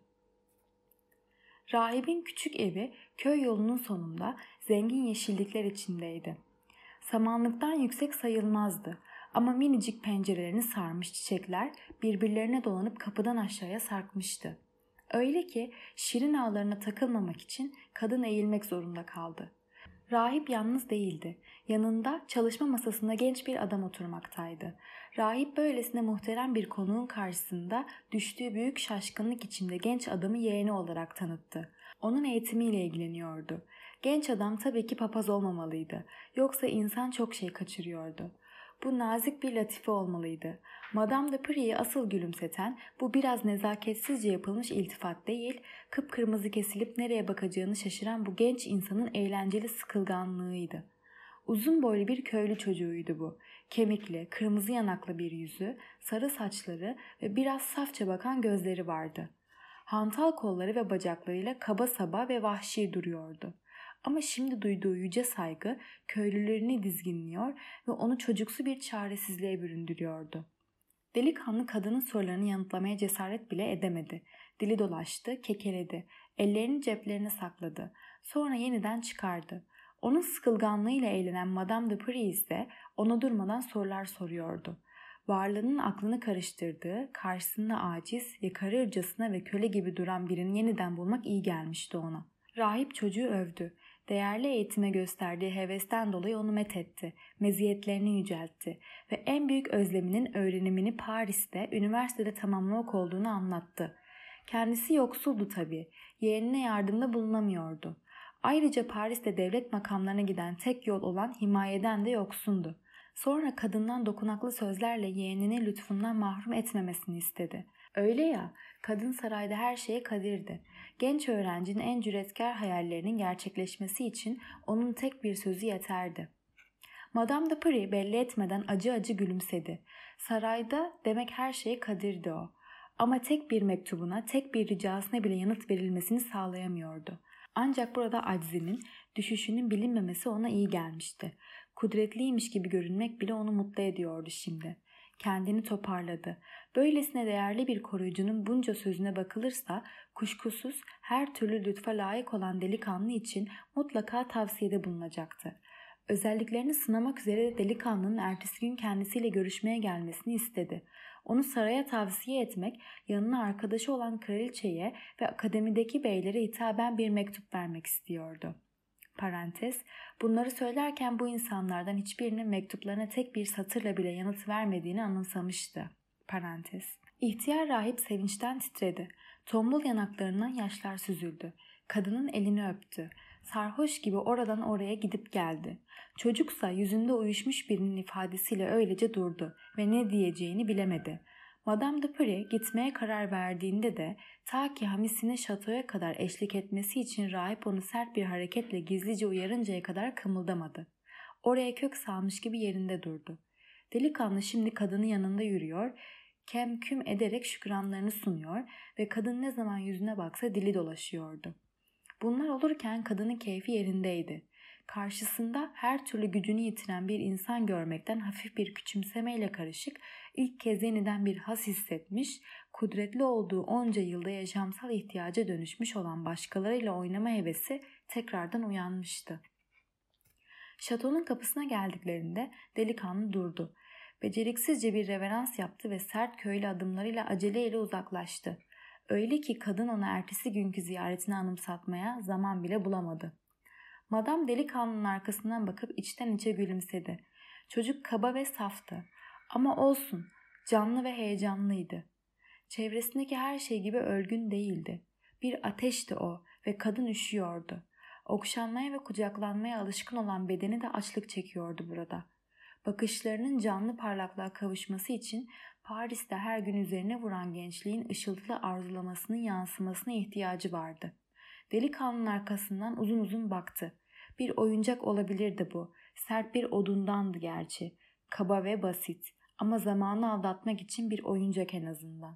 Rahibin küçük evi köy yolunun sonunda zengin yeşillikler içindeydi. Samanlıktan yüksek sayılmazdı ama minicik pencerelerini sarmış çiçekler birbirlerine dolanıp kapıdan aşağıya sarkmıştı. Öyle ki şirin ağlarına takılmamak için kadın eğilmek zorunda kaldı. Rahip yalnız değildi. Yanında çalışma masasında genç bir adam oturmaktaydı. Rahip böylesine muhterem bir konuğun karşısında düştüğü büyük şaşkınlık içinde genç adamı yeğeni olarak tanıttı. Onun eğitimiyle ilgileniyordu. Genç adam tabii ki papaz olmamalıydı. Yoksa insan çok şey kaçırıyordu. Bu nazik bir latife olmalıydı. Madame de Prie'yi asıl gülümseten bu biraz nezaketsizce yapılmış iltifat değil, kıpkırmızı kesilip nereye bakacağını şaşıran bu genç insanın eğlenceli sıkılganlığıydı. Uzun boylu bir köylü çocuğuydu bu. Kemikli, kırmızı yanaklı bir yüzü, sarı saçları ve biraz safça bakan gözleri vardı. Hantal kolları ve bacaklarıyla kaba saba ve vahşi duruyordu. Ama şimdi duyduğu yüce saygı köylülerini dizginliyor ve onu çocuksu bir çaresizliğe büründürüyordu. Delikanlı kadının sorularını yanıtlamaya cesaret bile edemedi. Dili dolaştı, kekeledi. Ellerini ceplerine sakladı. Sonra yeniden çıkardı. Onun sıkılganlığıyla eğlenen Madame de Prie ise ona durmadan sorular soruyordu. Varlığının aklını karıştırdığı, karşısında aciz, yakarırcasına ve köle gibi duran birini yeniden bulmak iyi gelmişti ona. Rahip çocuğu övdü. Değerli eğitime gösterdiği hevesten dolayı onu methetti, meziyetlerini yüceltti ve en büyük özleminin öğrenimini Paris'te, üniversitede tamamlamak olduğunu anlattı. Kendisi yoksuldu tabii, yeğenine yardımda bulunamıyordu. Ayrıca Paris'te devlet makamlarına giden tek yol olan himayeden de yoksundu. Sonra kadından dokunaklı sözlerle yeğenini lütfundan mahrum etmemesini istedi. Öyle ya, kadın sarayda her şeye kadirdi. Genç öğrencinin en cüretkar hayallerinin gerçekleşmesi için onun tek bir sözü yeterdi. Madame de Prie belli etmeden acı acı gülümsedi. Sarayda demek her şeye kadirdi o. Ama tek bir mektubuna, tek bir ricasına bile yanıt verilmesini sağlayamıyordu. Ancak burada aczinin, düşüşünün bilinmemesi ona iyi gelmişti. Kudretliymiş gibi görünmek bile onu mutlu ediyordu şimdi. Kendini toparladı. Böylesine değerli bir koruyucunun bunca sözüne bakılırsa kuşkusuz her türlü lütfa layık olan delikanlı için mutlaka tavsiyede bulunacaktı. Özelliklerini sınamak üzere delikanlının ertesi gün kendisiyle görüşmeye gelmesini istedi. Onu saraya tavsiye etmek, yanına arkadaşı olan kraliçeye ve akademideki beylere hitaben bir mektup vermek istiyordu. Bunları söylerken bu insanlardan hiçbirinin mektuplarına tek bir satırla bile yanıt vermediğini anımsamıştı. İhtiyar rahip sevinçten titredi. Tombul yanaklarından yaşlar süzüldü. Kadının elini öptü. Sarhoş gibi oradan oraya gidip geldi. Çocuksa yüzünde uyuşmuş birinin ifadesiyle öylece durdu ve ne diyeceğini bilemedi. Madame de Prie gitmeye karar verdiğinde de ta ki Hamis'ine şatoya kadar eşlik etmesi için rahip onu sert bir hareketle gizlice uyarıncaya kadar kımıldamadı. Oraya kök salmış gibi yerinde durdu. Delikanlı şimdi kadının yanında yürüyor, kem küm ederek şükranlarını sunuyor ve kadın ne zaman yüzüne baksa dili dolaşıyordu. Bunlar olurken kadının keyfi yerindeydi. Karşısında her türlü gücünü yitiren bir insan görmekten hafif bir küçümsemeyle karışık ilk kez yeniden bir has hissetmiş, kudretli olduğu onca yılda yaşamsal ihtiyaca dönüşmüş olan başkalarıyla oynama hevesi tekrardan uyanmıştı. Şatonun kapısına geldiklerinde delikanlı durdu. Beceriksizce bir reverans yaptı ve sert köylü adımlarıyla aceleyle uzaklaştı. Öyle ki kadın ona ertesi günkü ziyaretini anımsatmaya zaman bile bulamadı. Madame delikanlının arkasından bakıp içten içe gülümsedi. Çocuk kaba ve saftı. Ama olsun, Canlı ve heyecanlıydı. Çevresindeki her şey gibi ölgün değildi. Bir ateşti o ve kadın üşüyordu. Okşanmaya ve kucaklanmaya alışkın olan bedeni de açlık çekiyordu burada. Bakışlarının canlı parlaklığa kavuşması için Paris'te her gün üzerine vuran gençliğin ışıltılı arzulamasının yansımasına ihtiyacı vardı. Delikanlının arkasından uzun uzun baktı. Bir oyuncak olabilirdi bu. Sert bir odundandı gerçi. Kaba ve basit ama zamanı aldatmak için bir oyuncak en azından.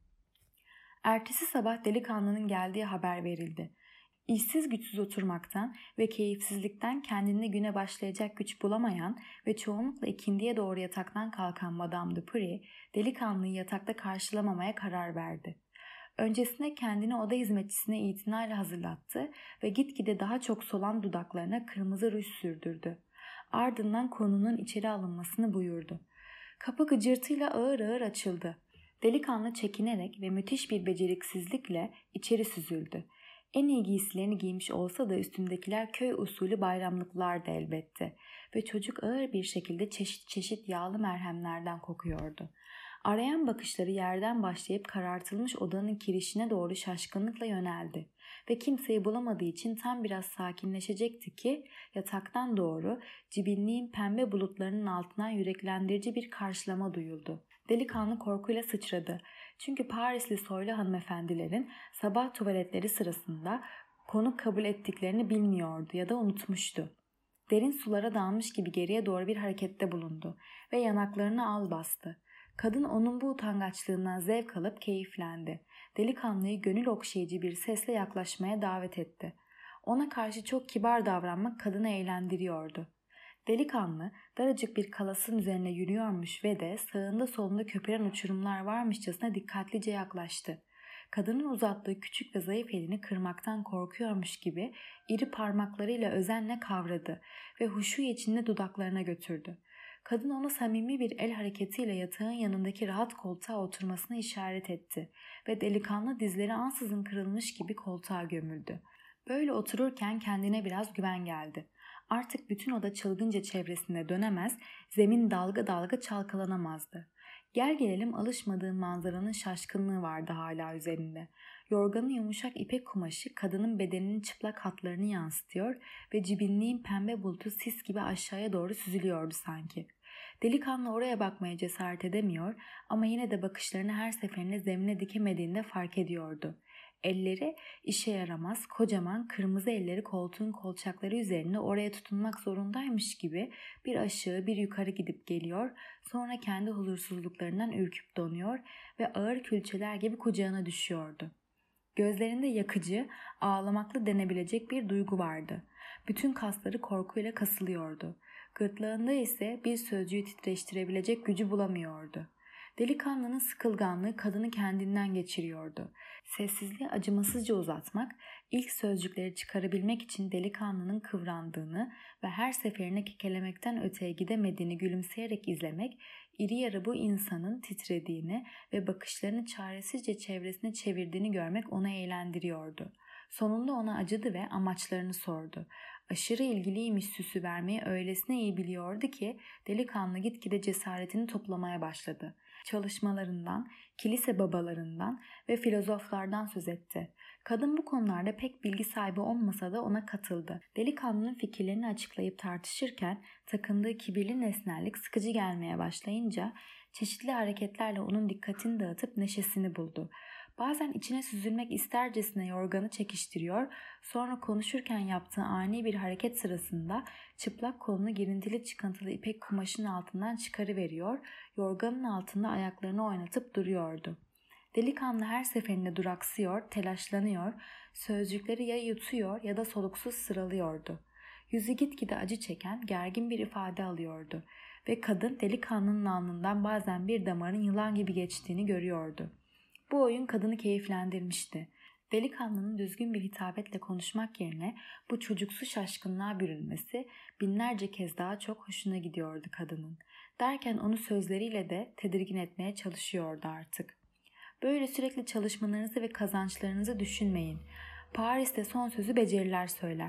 Ertesi sabah delikanlının geldiği haber verildi. İşsiz güçsüz oturmaktan ve keyifsizlikten kendine güne başlayacak güç bulamayan ve çoğunlukla ikindiye doğru yataktan kalkan Madame de Prie, delikanlıyı yatakta karşılamamaya karar verdi. Öncesinde kendini oda hizmetçisine itinayla hazırlattı ve gitgide daha çok solan dudaklarına kırmızı ruj sürdürdü. Ardından konunun içeri alınmasını buyurdu. Kapı gıcırtıyla ağır ağır açıldı. Delikanlı çekinerek ve müthiş bir beceriksizlikle içeri süzüldü. En iyi giysilerini giymiş olsa da üstündekiler köy usulü bayramlıklardı elbette ve çocuk ağır bir şekilde çeşit çeşit yağlı merhemlerden kokuyordu. Arayan bakışları yerden başlayıp karartılmış odanın kirişine doğru şaşkınlıkla yöneldi ve kimseyi bulamadığı için tam biraz sakinleşecekti ki yataktan doğru cibinliğin pembe bulutlarının altından yüreklendirici bir karşılama duyuldu. Delikanlı korkuyla sıçradı. Çünkü Parisli soylu hanımefendilerin sabah tuvaletleri sırasında konuk kabul ettiklerini bilmiyordu ya da unutmuştu. Derin sulara dalmış gibi geriye doğru bir harekette bulundu ve yanaklarını al bastı. Kadın onun bu utangaçlığından zevk alıp keyiflendi. Delikanlıyı gönül okşayıcı bir sesle yaklaşmaya davet etti. Ona karşı çok kibar davranmak kadını eğlendiriyordu. Delikanlı daracık bir kalasın üzerine yürüyormuş ve de sağında solunda köpüren uçurumlar varmışçasına dikkatlice yaklaştı. Kadının uzattığı küçük ve zayıf elini kırmaktan korkuyormuş gibi iri parmaklarıyla özenle kavradı ve huşu içinde dudaklarına götürdü. Kadın ona samimi bir el hareketiyle yatağın yanındaki rahat koltuğa oturmasını işaret etti ve delikanlı dizleri ansızın kırılmış gibi koltuğa gömüldü. Böyle otururken kendine biraz güven geldi. Artık bütün oda çılgınca çevresinde dönemez, zemin dalga dalga çalkalanamazdı. Gel gelelim alışmadığı manzaranın şaşkınlığı vardı hala üzerinde. Yorganın yumuşak ipek kumaşı kadının bedeninin çıplak hatlarını yansıtıyor ve cibinliğin pembe bulutu sis gibi aşağıya doğru süzülüyordu sanki. Delikanlı oraya bakmaya cesaret edemiyor ama yine de bakışlarını her seferinde zemine dikemediğinde fark ediyordu. Elleri işe yaramaz, kocaman kırmızı elleri koltuğun kolçakları üzerine oraya tutunmak zorundaymış gibi bir aşağı bir yukarı gidip geliyor, sonra kendi huzursuzluklarından ürküp donuyor ve ağır külçeler gibi kucağına düşüyordu. Gözlerinde yakıcı, ağlamaklı denebilecek bir duygu vardı. Bütün kasları korkuyla kasılıyordu. Gırtlağında ise bir sözcüğü titreştirebilecek gücü bulamıyordu. Delikanlının sıkılganlığı kadını kendinden geçiriyordu. Sessizliği acımasızca uzatmak, ilk sözcükleri çıkarabilmek için delikanlının kıvrandığını ve her seferine kekelemekten öteye gidemediğini gülümseyerek izlemek, iri yarı bu insanın titrediğini ve bakışlarını çaresizce çevresine çevirdiğini görmek onu eğlendiriyordu. Sonunda ona acıdı ve amaçlarını sordu. Aşırı ilgiliymiş süsü vermeyi öylesine iyi biliyordu ki delikanlı gitgide cesaretini toplamaya başladı. Çalışmalarından, kilise babalarından ve filozoflardan söz etti. Kadın bu konularda pek bilgi sahibi olmasa da ona katıldı. Delikanlının fikirlerini açıklayıp tartışırken takındığı kibirli nesnellik sıkıcı gelmeye başlayınca çeşitli hareketlerle onun dikkatini dağıtıp neşesini buldu. Bazen içine süzülmek istercesine yorganı çekiştiriyor, sonra konuşurken yaptığı ani bir hareket sırasında çıplak kolunu girintili çıkıntılı ipek kumaşın altından çıkarıveriyor, yorganın altında ayaklarını oynatıp duruyordu. Delikanlı her seferinde duraksıyor, telaşlanıyor, sözcükleri ya yutuyor ya da soluksuz sıralıyordu. Yüzü gitgide acı çeken, gergin bir ifade alıyordu ve kadın delikanlının alnından bazen bir damarın yılan gibi geçtiğini görüyordu. Bu oyun kadını keyiflendirmişti. Delikanlının düzgün bir hitabetle konuşmak yerine bu çocuksu şaşkınlığa bürünmesi binlerce kez daha çok hoşuna gidiyordu kadının. Derken onu sözleriyle de tedirgin etmeye çalışıyordu artık. Böyle sürekli çalışmalarınızı ve kazançlarınızı düşünmeyin. Paris'te son sözü beceriler söyler.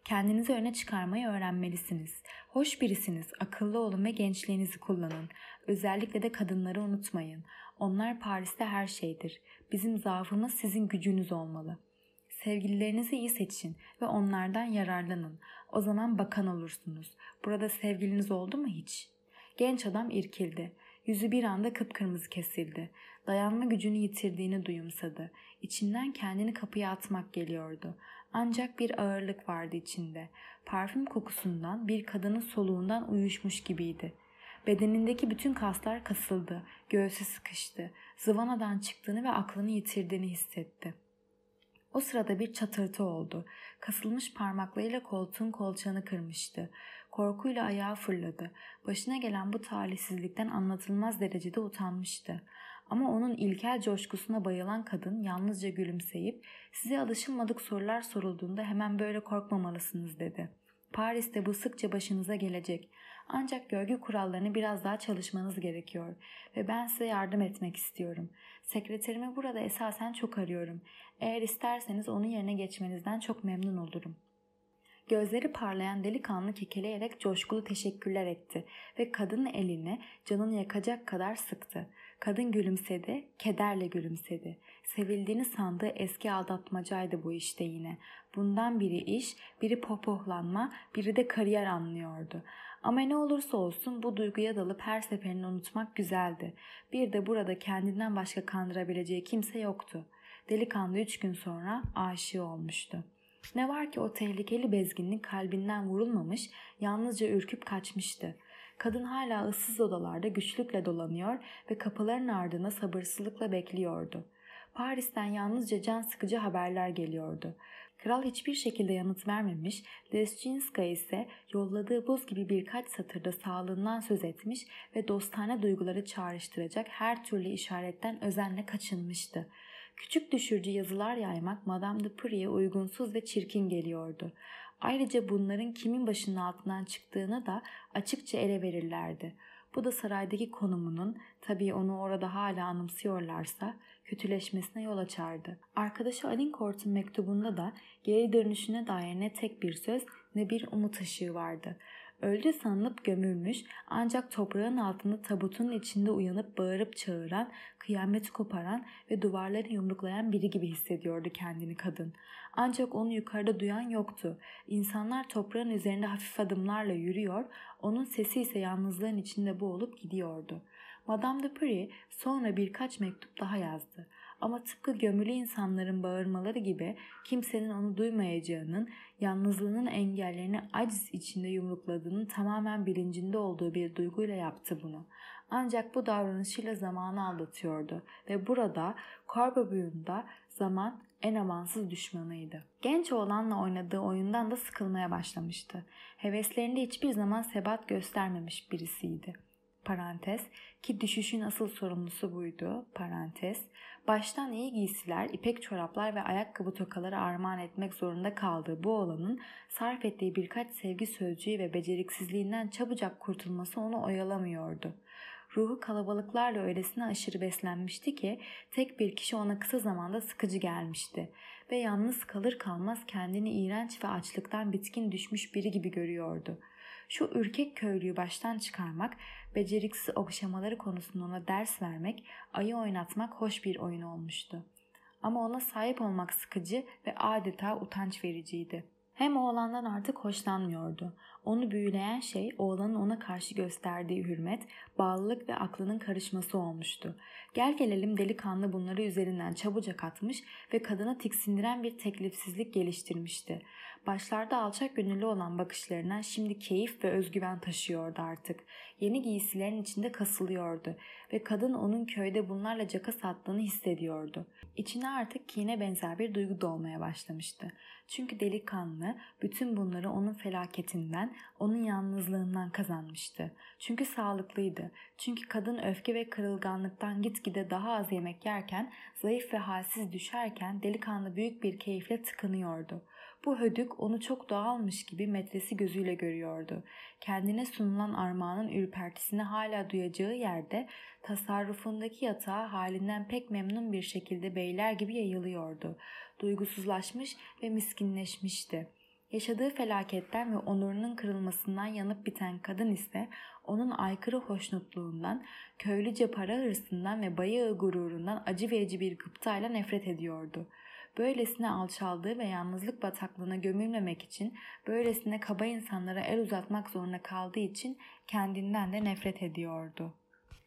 Kendinizi öne çıkarmayı öğrenmelisiniz. Hoş birisiniz, akıllı olun ve gençliğinizi kullanın. Özellikle de kadınları unutmayın. Onlar Paris'te her şeydir. Bizim zaafımız sizin gücünüz olmalı. Sevgililerinizi iyi seçin ve onlardan yararlanın. O zaman bakan olursunuz. Burada sevgiliniz oldu mu hiç? Genç adam irkildi. Yüzü bir anda kıpkırmızı kesildi. Dayanma gücünü yitirdiğini duyumsadı. İçinden kendini kapıya atmak geliyordu. Ancak bir ağırlık vardı içinde. Parfüm kokusundan, bir kadının soluğundan uyuşmuş gibiydi. Bedenindeki bütün kaslar kasıldı. Göğsü sıkıştı. Zıvanadan çıktığını ve aklını yitirdiğini hissetti. O sırada bir çatırtı oldu. Kasılmış parmaklarıyla koltuğun kolçağını kırmıştı. Korkuyla ayağa fırladı. Başına gelen bu talihsizlikten anlatılmaz derecede utanmıştı. Ama onun ilkel coşkusuna bayılan kadın yalnızca gülümseyip "Size alışılmadık sorular sorulduğunda hemen böyle korkmamalısınız" dedi. "Paris'te bu sıkça başınıza gelecek. Ancak görgü kurallarını biraz daha çalışmanız gerekiyor ve ben size yardım etmek istiyorum. Sekreterimi burada esasen çok arıyorum. Eğer isterseniz onun yerine geçmenizden çok memnun olurum." Gözleri parlayan delikanlı kekeleyerek coşkulu teşekkürler etti ve kadının elini canını yakacak kadar sıktı. Kadın gülümsedi, kederle gülümsedi. Sevildiğini sandığı eski aldatmacaydı bu işte yine. Bundan biri iş, biri pohpohlanma, biri de kariyer anlıyordu. Ama ne olursa olsun bu duyguya dalıp her seferini unutmak güzeldi. Bir de burada kendinden başka kandırabileceği kimse yoktu. Delikanlı 3 gün sonra aşığı olmuştu. Ne var ki o tehlikeli bezginlik kalbinden vurulmamış, yalnızca ürküp kaçmıştı. Kadın hala ıssız odalarda güçlükle dolanıyor ve kapıların ardında sabırsızlıkla bekliyordu. Paris'ten yalnızca can sıkıcı haberler geliyordu. Kral hiçbir şekilde yanıt vermemiş, Leszczynska ise yolladığı buz gibi birkaç satırda sağlığından söz etmiş ve dostane duyguları çağrıştıracak her türlü işaretten özenle kaçınmıştı. Küçük düşürücü yazılar yaymak Madame de Pry'e uygunsuz ve çirkin geliyordu. Ayrıca bunların kimin başının altından çıktığını da açıkça ele verirlerdi. Bu da saraydaki konumunun, tabii onu orada hala anımsıyorlarsa, kötüleşmesine yol açardı. Arkadaşı Alincourt'un mektubunda da geri dönüşüne dair ne tek bir söz ne bir umut ışığı vardı. Öldü sanılıp gömülmüş, ancak toprağın altında tabutun içinde uyanıp bağırıp çağıran, kıyameti koparan ve duvarları yumruklayan biri gibi hissediyordu kendini kadın. Ancak onu yukarıda duyan yoktu. İnsanlar toprağın üzerinde hafif adımlarla yürüyor, onun sesi ise yalnızlığın içinde boğulup gidiyordu. Madame de Pry sonra birkaç mektup daha yazdı. Ama tıpkı gömülü insanların bağırmaları gibi kimsenin onu duymayacağının, yalnızlığının engellerini aciz içinde yumrukladığının tamamen bilincinde olduğu bir duyguyla yaptı bunu. Ancak bu davranışıyla zamanı aldatıyordu ve burada Corbeau'da zaman en amansız düşmanıydı. Genç oğlanla oynadığı oyundan da sıkılmaya başlamıştı. Heveslerinde hiçbir zaman sebat göstermemiş birisiydi. Parantez, ki düşüşün asıl sorumlusu buydu. Parantez, baştan iyi giysiler, ipek çoraplar ve ayakkabı tokaları armağan etmek zorunda kaldığı bu oğlanın sarf ettiği birkaç sevgi sözcüğü ve beceriksizliğinden çabucak kurtulması onu oyalamıyordu. Ruhu kalabalıklarla öylesine aşırı beslenmişti ki tek bir kişi ona kısa zamanda sıkıcı gelmişti ve yalnız kalır kalmaz kendini iğrenç ve açlıktan bitkin düşmüş biri gibi görüyordu. Şu ürkek köylüyü baştan çıkarmak, beceriksiz okşamaları konusunda ona ders vermek, ayı oynatmak hoş bir oyun olmuştu. Ama ona sahip olmak sıkıcı ve adeta utanç vericiydi. Hem oğlandan artık hoşlanmıyordu. Onu büyüleyen şey oğlanın ona karşı gösterdiği hürmet, bağlılık ve aklının karışması olmuştu. Gel gelelim delikanlı bunları üzerinden çabucak atmış ve kadına tiksindiren bir teklifsizlik geliştirmişti. Başlarda alçak gönüllü olan bakışlarından şimdi keyif ve özgüven taşıyordu artık. Yeni giysilerin içinde kasılıyordu ve kadın onun köyde bunlarla caka sattığını hissediyordu. İçine artık kine benzer bir duygu dolmaya başlamıştı. Çünkü delikanlı bütün bunları onun felaketinden, onun yalnızlığından kazanmıştı. Çünkü sağlıklıydı. Çünkü kadın öfke ve kırılganlıktan gitgide daha az yemek yerken, zayıf ve halsiz düşerken delikanlı büyük bir keyifle tıkınıyordu. Bu hödük onu çok doğalmış gibi metresi gözüyle görüyordu. Kendine sunulan armağanın ürpertisini hala duyacağı yerde tasarrufundaki yatağı halinden pek memnun bir şekilde beyler gibi yayılıyordu. Duygusuzlaşmış ve miskinleşmişti. Yaşadığı felaketten ve onurunun kırılmasından yanıp biten kadın ise onun aykırı hoşnutluğundan, köylüce para hırsından ve bayağı gururundan acı verici bir gıptayla nefret ediyordu. Böylesine alçaldığı ve yalnızlık bataklığına gömülmemek için, böylesine kaba insanlara el uzatmak zorunda kaldığı için kendinden de nefret ediyordu.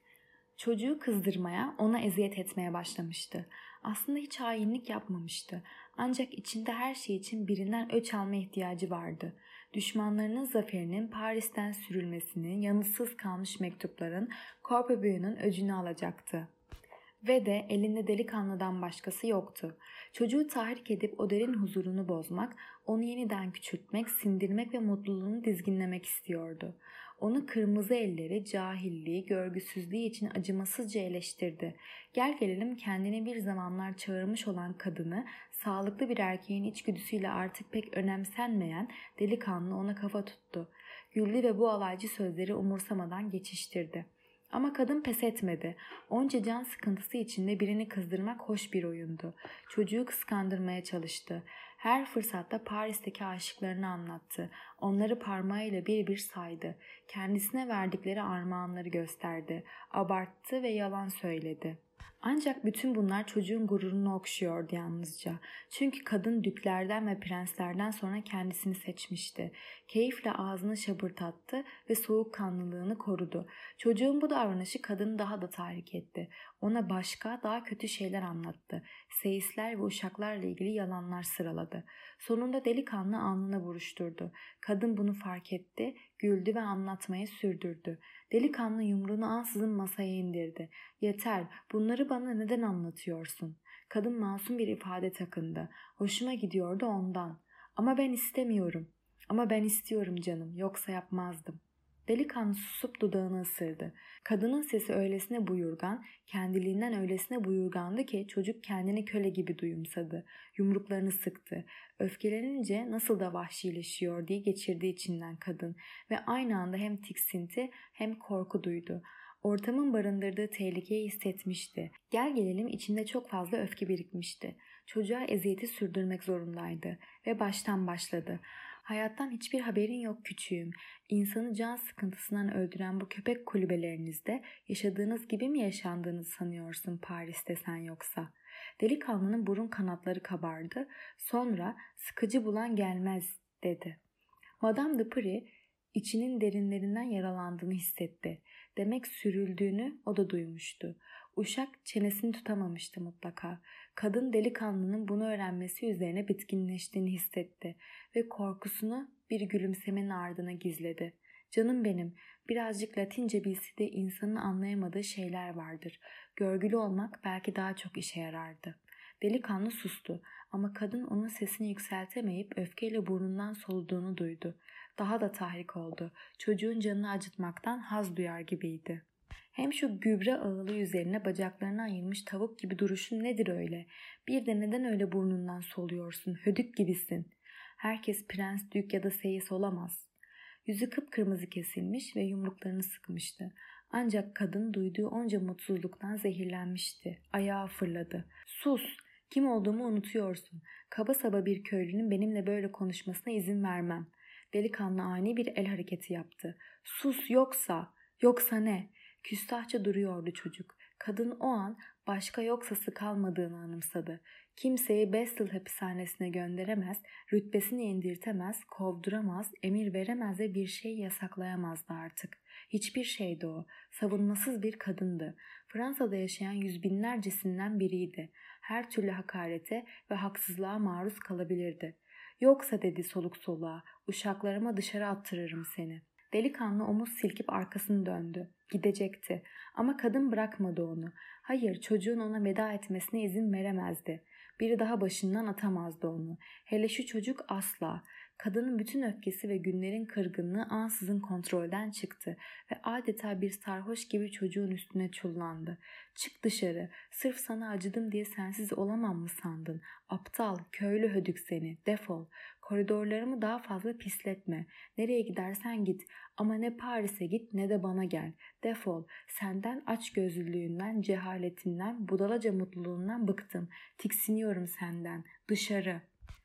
Çocuğu kızdırmaya, ona eziyet etmeye başlamıştı. Aslında hiç hainlik yapmamıştı. Ancak içinde her şey için birinden öç alma ihtiyacı vardı. Düşmanlarının zaferinin Paris'ten sürülmesini, yanıtsız kalmış mektupların Corpebuy'un öcünü alacaktı. Ve de elinde delikanlıdan başkası yoktu. Çocuğu tahrik edip o derin huzurunu bozmak, onu yeniden küçültmek, sindirmek ve mutluluğunu dizginlemek istiyordu. Onu kırmızı elleri, cahilliği, görgüsüzlüğü için acımasızca eleştirdi. Gel gelelim kendini bir zamanlar çağırmış olan kadını, sağlıklı bir erkeğin içgüdüsüyle artık pek önemsenmeyen delikanlı ona kafa tuttu. Güldü ve bu alaycı sözleri umursamadan geçiştirdi. Ama kadın pes etmedi. Onca can sıkıntısı içinde birini kızdırmak hoş bir oyundu. Çocuğu kıskandırmaya çalıştı. Her fırsatta Paris'teki aşıklarını anlattı. Onları parmağıyla bir bir saydı. Kendisine verdikleri armağanları gösterdi. Abarttı ve yalan söyledi. Ancak bütün bunlar çocuğun gururunu okşuyordu yalnızca. Çünkü kadın düklerden ve prenslerden sonra kendisini seçmişti. Keyifle ağzını şabırtattı ve soğukkanlılığını korudu. Çocuğun bu davranışı kadını daha da tahrik etti. Ona başka, daha kötü şeyler anlattı. Seyisler ve uşaklarla ilgili yalanlar sıraladı. Sonunda delikanlı alnına buruşturdu. Kadın bunu fark etti, güldü ve anlatmayı sürdürdü. Delikanlı yumruğunu ansızın masaya indirdi. Yeter, bunları bana neden anlatıyorsun? Kadın masum bir ifade takındı. Hoşuma gidiyordu ondan. Ama ben istemiyorum. Ama ben istiyorum canım, yoksa yapmazdım. Delikanlı susup dudağını ısırdı. Kadının sesi öylesine buyurgan, kendiliğinden öylesine buyurgandı ki çocuk kendini köle gibi duyumsadı. Yumruklarını sıktı. Öfkelenince nasıl da vahşileşiyor diye geçirdi içinden kadın ve aynı anda hem tiksinti hem korku duydu. Ortamın barındırdığı tehlikeyi hissetmişti. Gel gelelim içinde çok fazla öfke birikmişti. Çocuğa eziyeti sürdürmek zorundaydı ve baştan başladı. Hayattan hiçbir haberin yok küçüğüm. İnsanı can sıkıntısından öldüren bu köpek kulübelerinizde yaşadığınız gibi mi yaşandığınızı sanıyorsun Paris'te sen yoksa? Delikanlının burun kanatları kabardı. Sonra sıkıcı bulan gelmez dedi. Madame de Prie içinin derinlerinden yaralandığını hissetti. Demek sürüldüğünü o da duymuştu. Uşak çenesini tutamamıştı mutlaka. Kadın delikanlının bunu öğrenmesi üzerine bitkinleştiğini hissetti ve korkusunu bir gülümsemenin ardına gizledi. Canım benim, birazcık Latince bilse de insanın anlayamadığı şeyler vardır. Görgülü olmak belki daha çok işe yarardı. Delikanlı sustu ama kadın onun sesini yükseltemeyip öfkeyle burnundan soluduğunu duydu. Daha da tahrik oldu. Çocuğun canını acıtmaktan haz duyar gibiydi. Hem şu gübre ağılı üzerine bacaklarına ayırmış tavuk gibi duruşun nedir öyle? Bir de neden öyle burnundan soluyorsun? Hödük gibisin. Herkes prens, dük ya da seyis olamaz. Yüzü kıpkırmızı kesilmiş ve yumruklarını sıkmıştı. Ancak kadın duyduğu onca mutsuzluktan zehirlenmişti. Ayağa fırladı. Sus! Kim olduğumu unutuyorsun. Kaba saba bir köylünün benimle böyle konuşmasına izin vermem. Delikanlı ani bir el hareketi yaptı. Sus yoksa! Yoksa ne? Küstahça duruyordu çocuk. Kadın o an başka yoksası kalmadığını anımsadı. Kimseyi Bastille hapishanesine gönderemez, rütbesini indirtemez, kovduramaz, emir veremez ve bir şey yasaklayamazdı artık. Hiçbir şeydi o. Savunmasız bir kadındı. Fransa'da yaşayan yüz binlercesinden biriydi. Her türlü hakarete ve haksızlığa maruz kalabilirdi. Yoksa dedi soluk soluğa, uşaklarıma dışarı attırırım seni. Delikanlı omuz silkip arkasını döndü. Gidecekti ama kadın bırakmadı onu. Hayır, çocuğun ona veda etmesine izin veremezdi. Biri daha başından atamazdı onu. Hele şu çocuk asla. Kadının bütün öfkesi ve günlerin kırgınlığı ansızın kontrolden çıktı ve adeta bir sarhoş gibi çocuğun üstüne çullandı. Çık dışarı, sırf sana acıdım diye sensiz olamam mı sandın? Aptal, köylü hödük seni, defol. Koridorlarımı daha fazla pisletme. Nereye gidersen git ama ne Paris'e git ne de bana gel. Defol. Senden açgözlülüğünden, cehaletinden, budalaca mutluluğundan bıktım. Tiksiniyorum senden. Dışarı.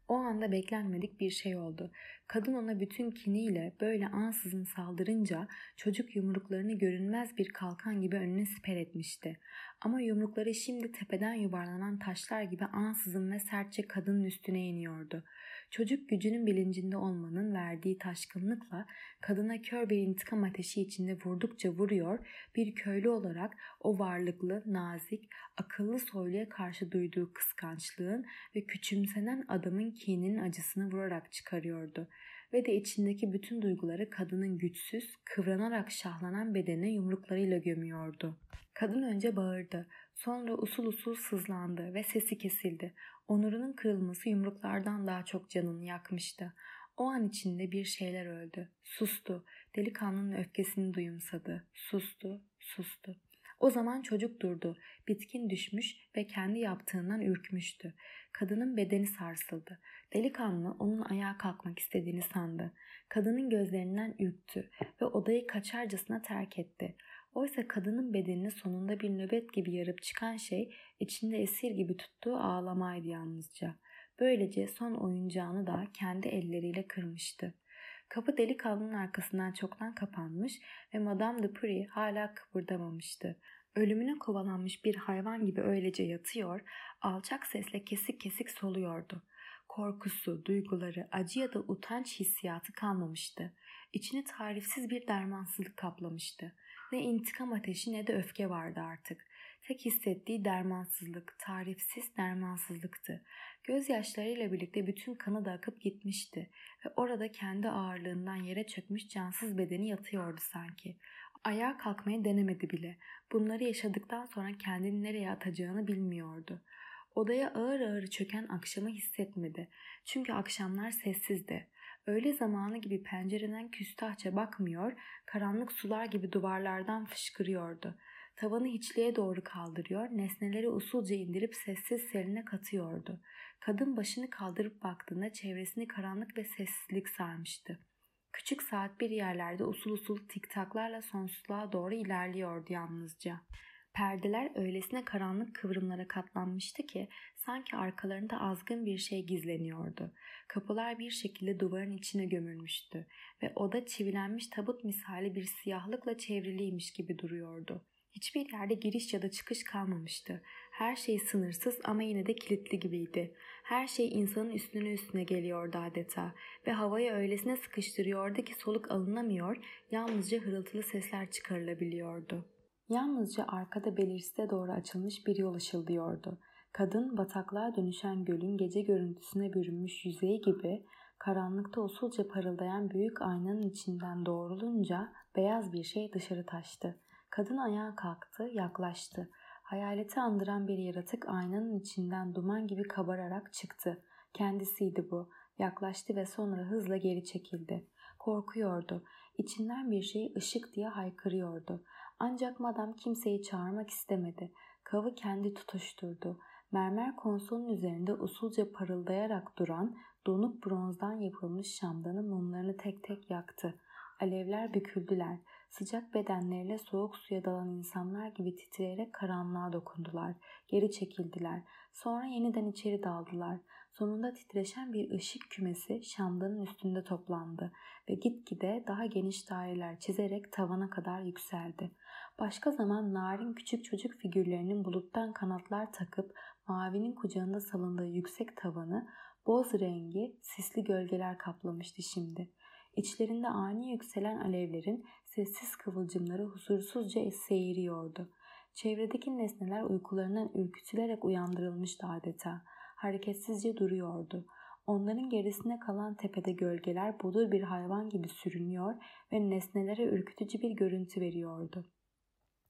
O anda beklenmedik bir şey oldu. Kadın ona bütün kiniyle böyle ansızın saldırınca çocuk yumruklarını görünmez bir kalkan gibi önüne siper etmişti. Ama yumrukları şimdi tepeden yuvarlanan taşlar gibi ansızın ve sertçe kadının üstüne iniyordu. Çocuk gücünün bilincinde olmanın verdiği taşkınlıkla kadına kör bir intikam ateşi içinde vurdukça vuruyor, bir köylü olarak o varlıklı, nazik, akıllı soyluya karşı duyduğu kıskançlığın ve küçümsenen adamın kininin acısını vurarak çıkarıyordu. Ve de içindeki bütün duyguları kadının güçsüz, kıvranarak şahlanan bedenine yumruklarıyla gömüyordu. Kadın önce bağırdı, sonra usul usul sızlandı ve sesi kesildi. Onurunun kırılması yumruklardan daha çok canını yakmıştı. O an içinde bir şeyler öldü. Sustu. Delikanlının öfkesini duyumsadı. Sustu, sustu. O zaman çocuk durdu. Bitkin düşmüş ve kendi yaptığından ürkmüştü. Kadının bedeni sarsıldı. Delikanlı onun ayağa kalkmak istediğini sandı. Kadının gözlerinden ürktü ve odayı kaçarcasına terk etti. Oysa kadının bedenini sonunda bir nöbet gibi yarıp çıkan şey içinde esir gibi tuttuğu ağlamaydı yalnızca. Böylece son oyuncağını da kendi elleriyle kırmıştı. Kapı delikanlının arkasından çoktan kapanmış ve Madame de Prie hala kıpırdamamıştı. Ölümüne kovalanmış bir hayvan gibi öylece yatıyor, alçak sesle kesik kesik soluyordu. Korkusu, duyguları, acı ya da utanç hissiyatı kalmamıştı. İçini tarifsiz bir dermansızlık kaplamıştı. Ne intikam ateşi ne de öfke vardı artık. Tek hissettiği dermansızlık, tarifsiz dermansızlıktı. Gözyaşlarıyla birlikte bütün kanı da akıp gitmişti ve orada kendi ağırlığından yere çökmüş cansız bedeni yatıyordu sanki. Ayağa kalkmayı denemedi bile. Bunları yaşadıktan sonra kendini nereye atacağını bilmiyordu. Odaya ağır ağır çöken akşamı hissetmedi. Çünkü akşamlar sessizdi. Öğle zamanı gibi pencereden küstahça bakmıyor, karanlık sular gibi duvarlardan fışkırıyordu. Tavanı hiçliğe doğru kaldırıyor, nesneleri usulca indirip sessiz serine katıyordu. Kadın başını kaldırıp baktığında çevresini karanlık ve sessizlik sarmıştı. Küçük saat bir yerlerde usul usul tiktaklarla sonsuzluğa doğru ilerliyordu yalnızca. Perdeler öylesine karanlık kıvrımlara katlanmıştı ki sanki arkalarında azgın bir şey gizleniyordu. Kapılar bir şekilde duvarın içine gömülmüştü ve oda çivilenmiş tabut misali bir siyahlıkla çevriliymiş gibi duruyordu. Hiçbir yerde giriş ya da çıkış kalmamıştı. Her şey sınırsız ama yine de kilitli gibiydi. Her şey insanın üstüne geliyordu adeta ve havayı öylesine sıkıştırıyordu ki soluk alınamıyor, yalnızca hırıltılı sesler çıkarılabiliyordu. Yalnızca arkada belirsize doğru açılmış bir yol ışıldıyordu. Kadın bataklığa dönüşen gölün gece görüntüsüne bürünmüş yüzeyi gibi karanlıkta usulca parıldayan büyük aynanın içinden doğrulunca beyaz bir şey dışarı taştı. Kadın ayağa kalktı, yaklaştı. Hayaleti andıran bir yaratık aynanın içinden duman gibi kabararak çıktı. Kendisiydi bu. Yaklaştı ve sonra hızla geri çekildi. Korkuyordu. İçinden bir şey ışık diye haykırıyordu. Ancak madam kimseyi çağırmak istemedi. Kavı kendi tutuşturdu. Mermer konsolun üzerinde usulca parıldayarak duran, donuk bronzdan yapılmış şamdanın mumlarını tek tek yaktı. Alevler büküldüler. Sıcak bedenleriyle soğuk suya dalan insanlar gibi titreyerek karanlığa dokundular. Geri çekildiler. Sonra yeniden içeri daldılar. Sonunda titreşen bir ışık kümesi şamdanın üstünde toplandı ve gitgide daha geniş daireler çizerek tavana kadar yükseldi. Başka zaman narin küçük çocuk figürlerinin buluttan kanatlar takıp mavinin kucağında salındığı yüksek tavanı boz rengi sisli gölgeler kaplamıştı şimdi. İçlerinde ani yükselen alevlerin sessiz kıvılcımları huzursuzca seyiriyordu. Çevredeki nesneler uykularından ürkütülerek uyandırılmıştı adeta. Hareketsizce duruyordu. Onların gerisine kalan tepede gölgeler bodur bir hayvan gibi sürünüyor ve nesnelere ürkütücü bir görüntü veriyordu.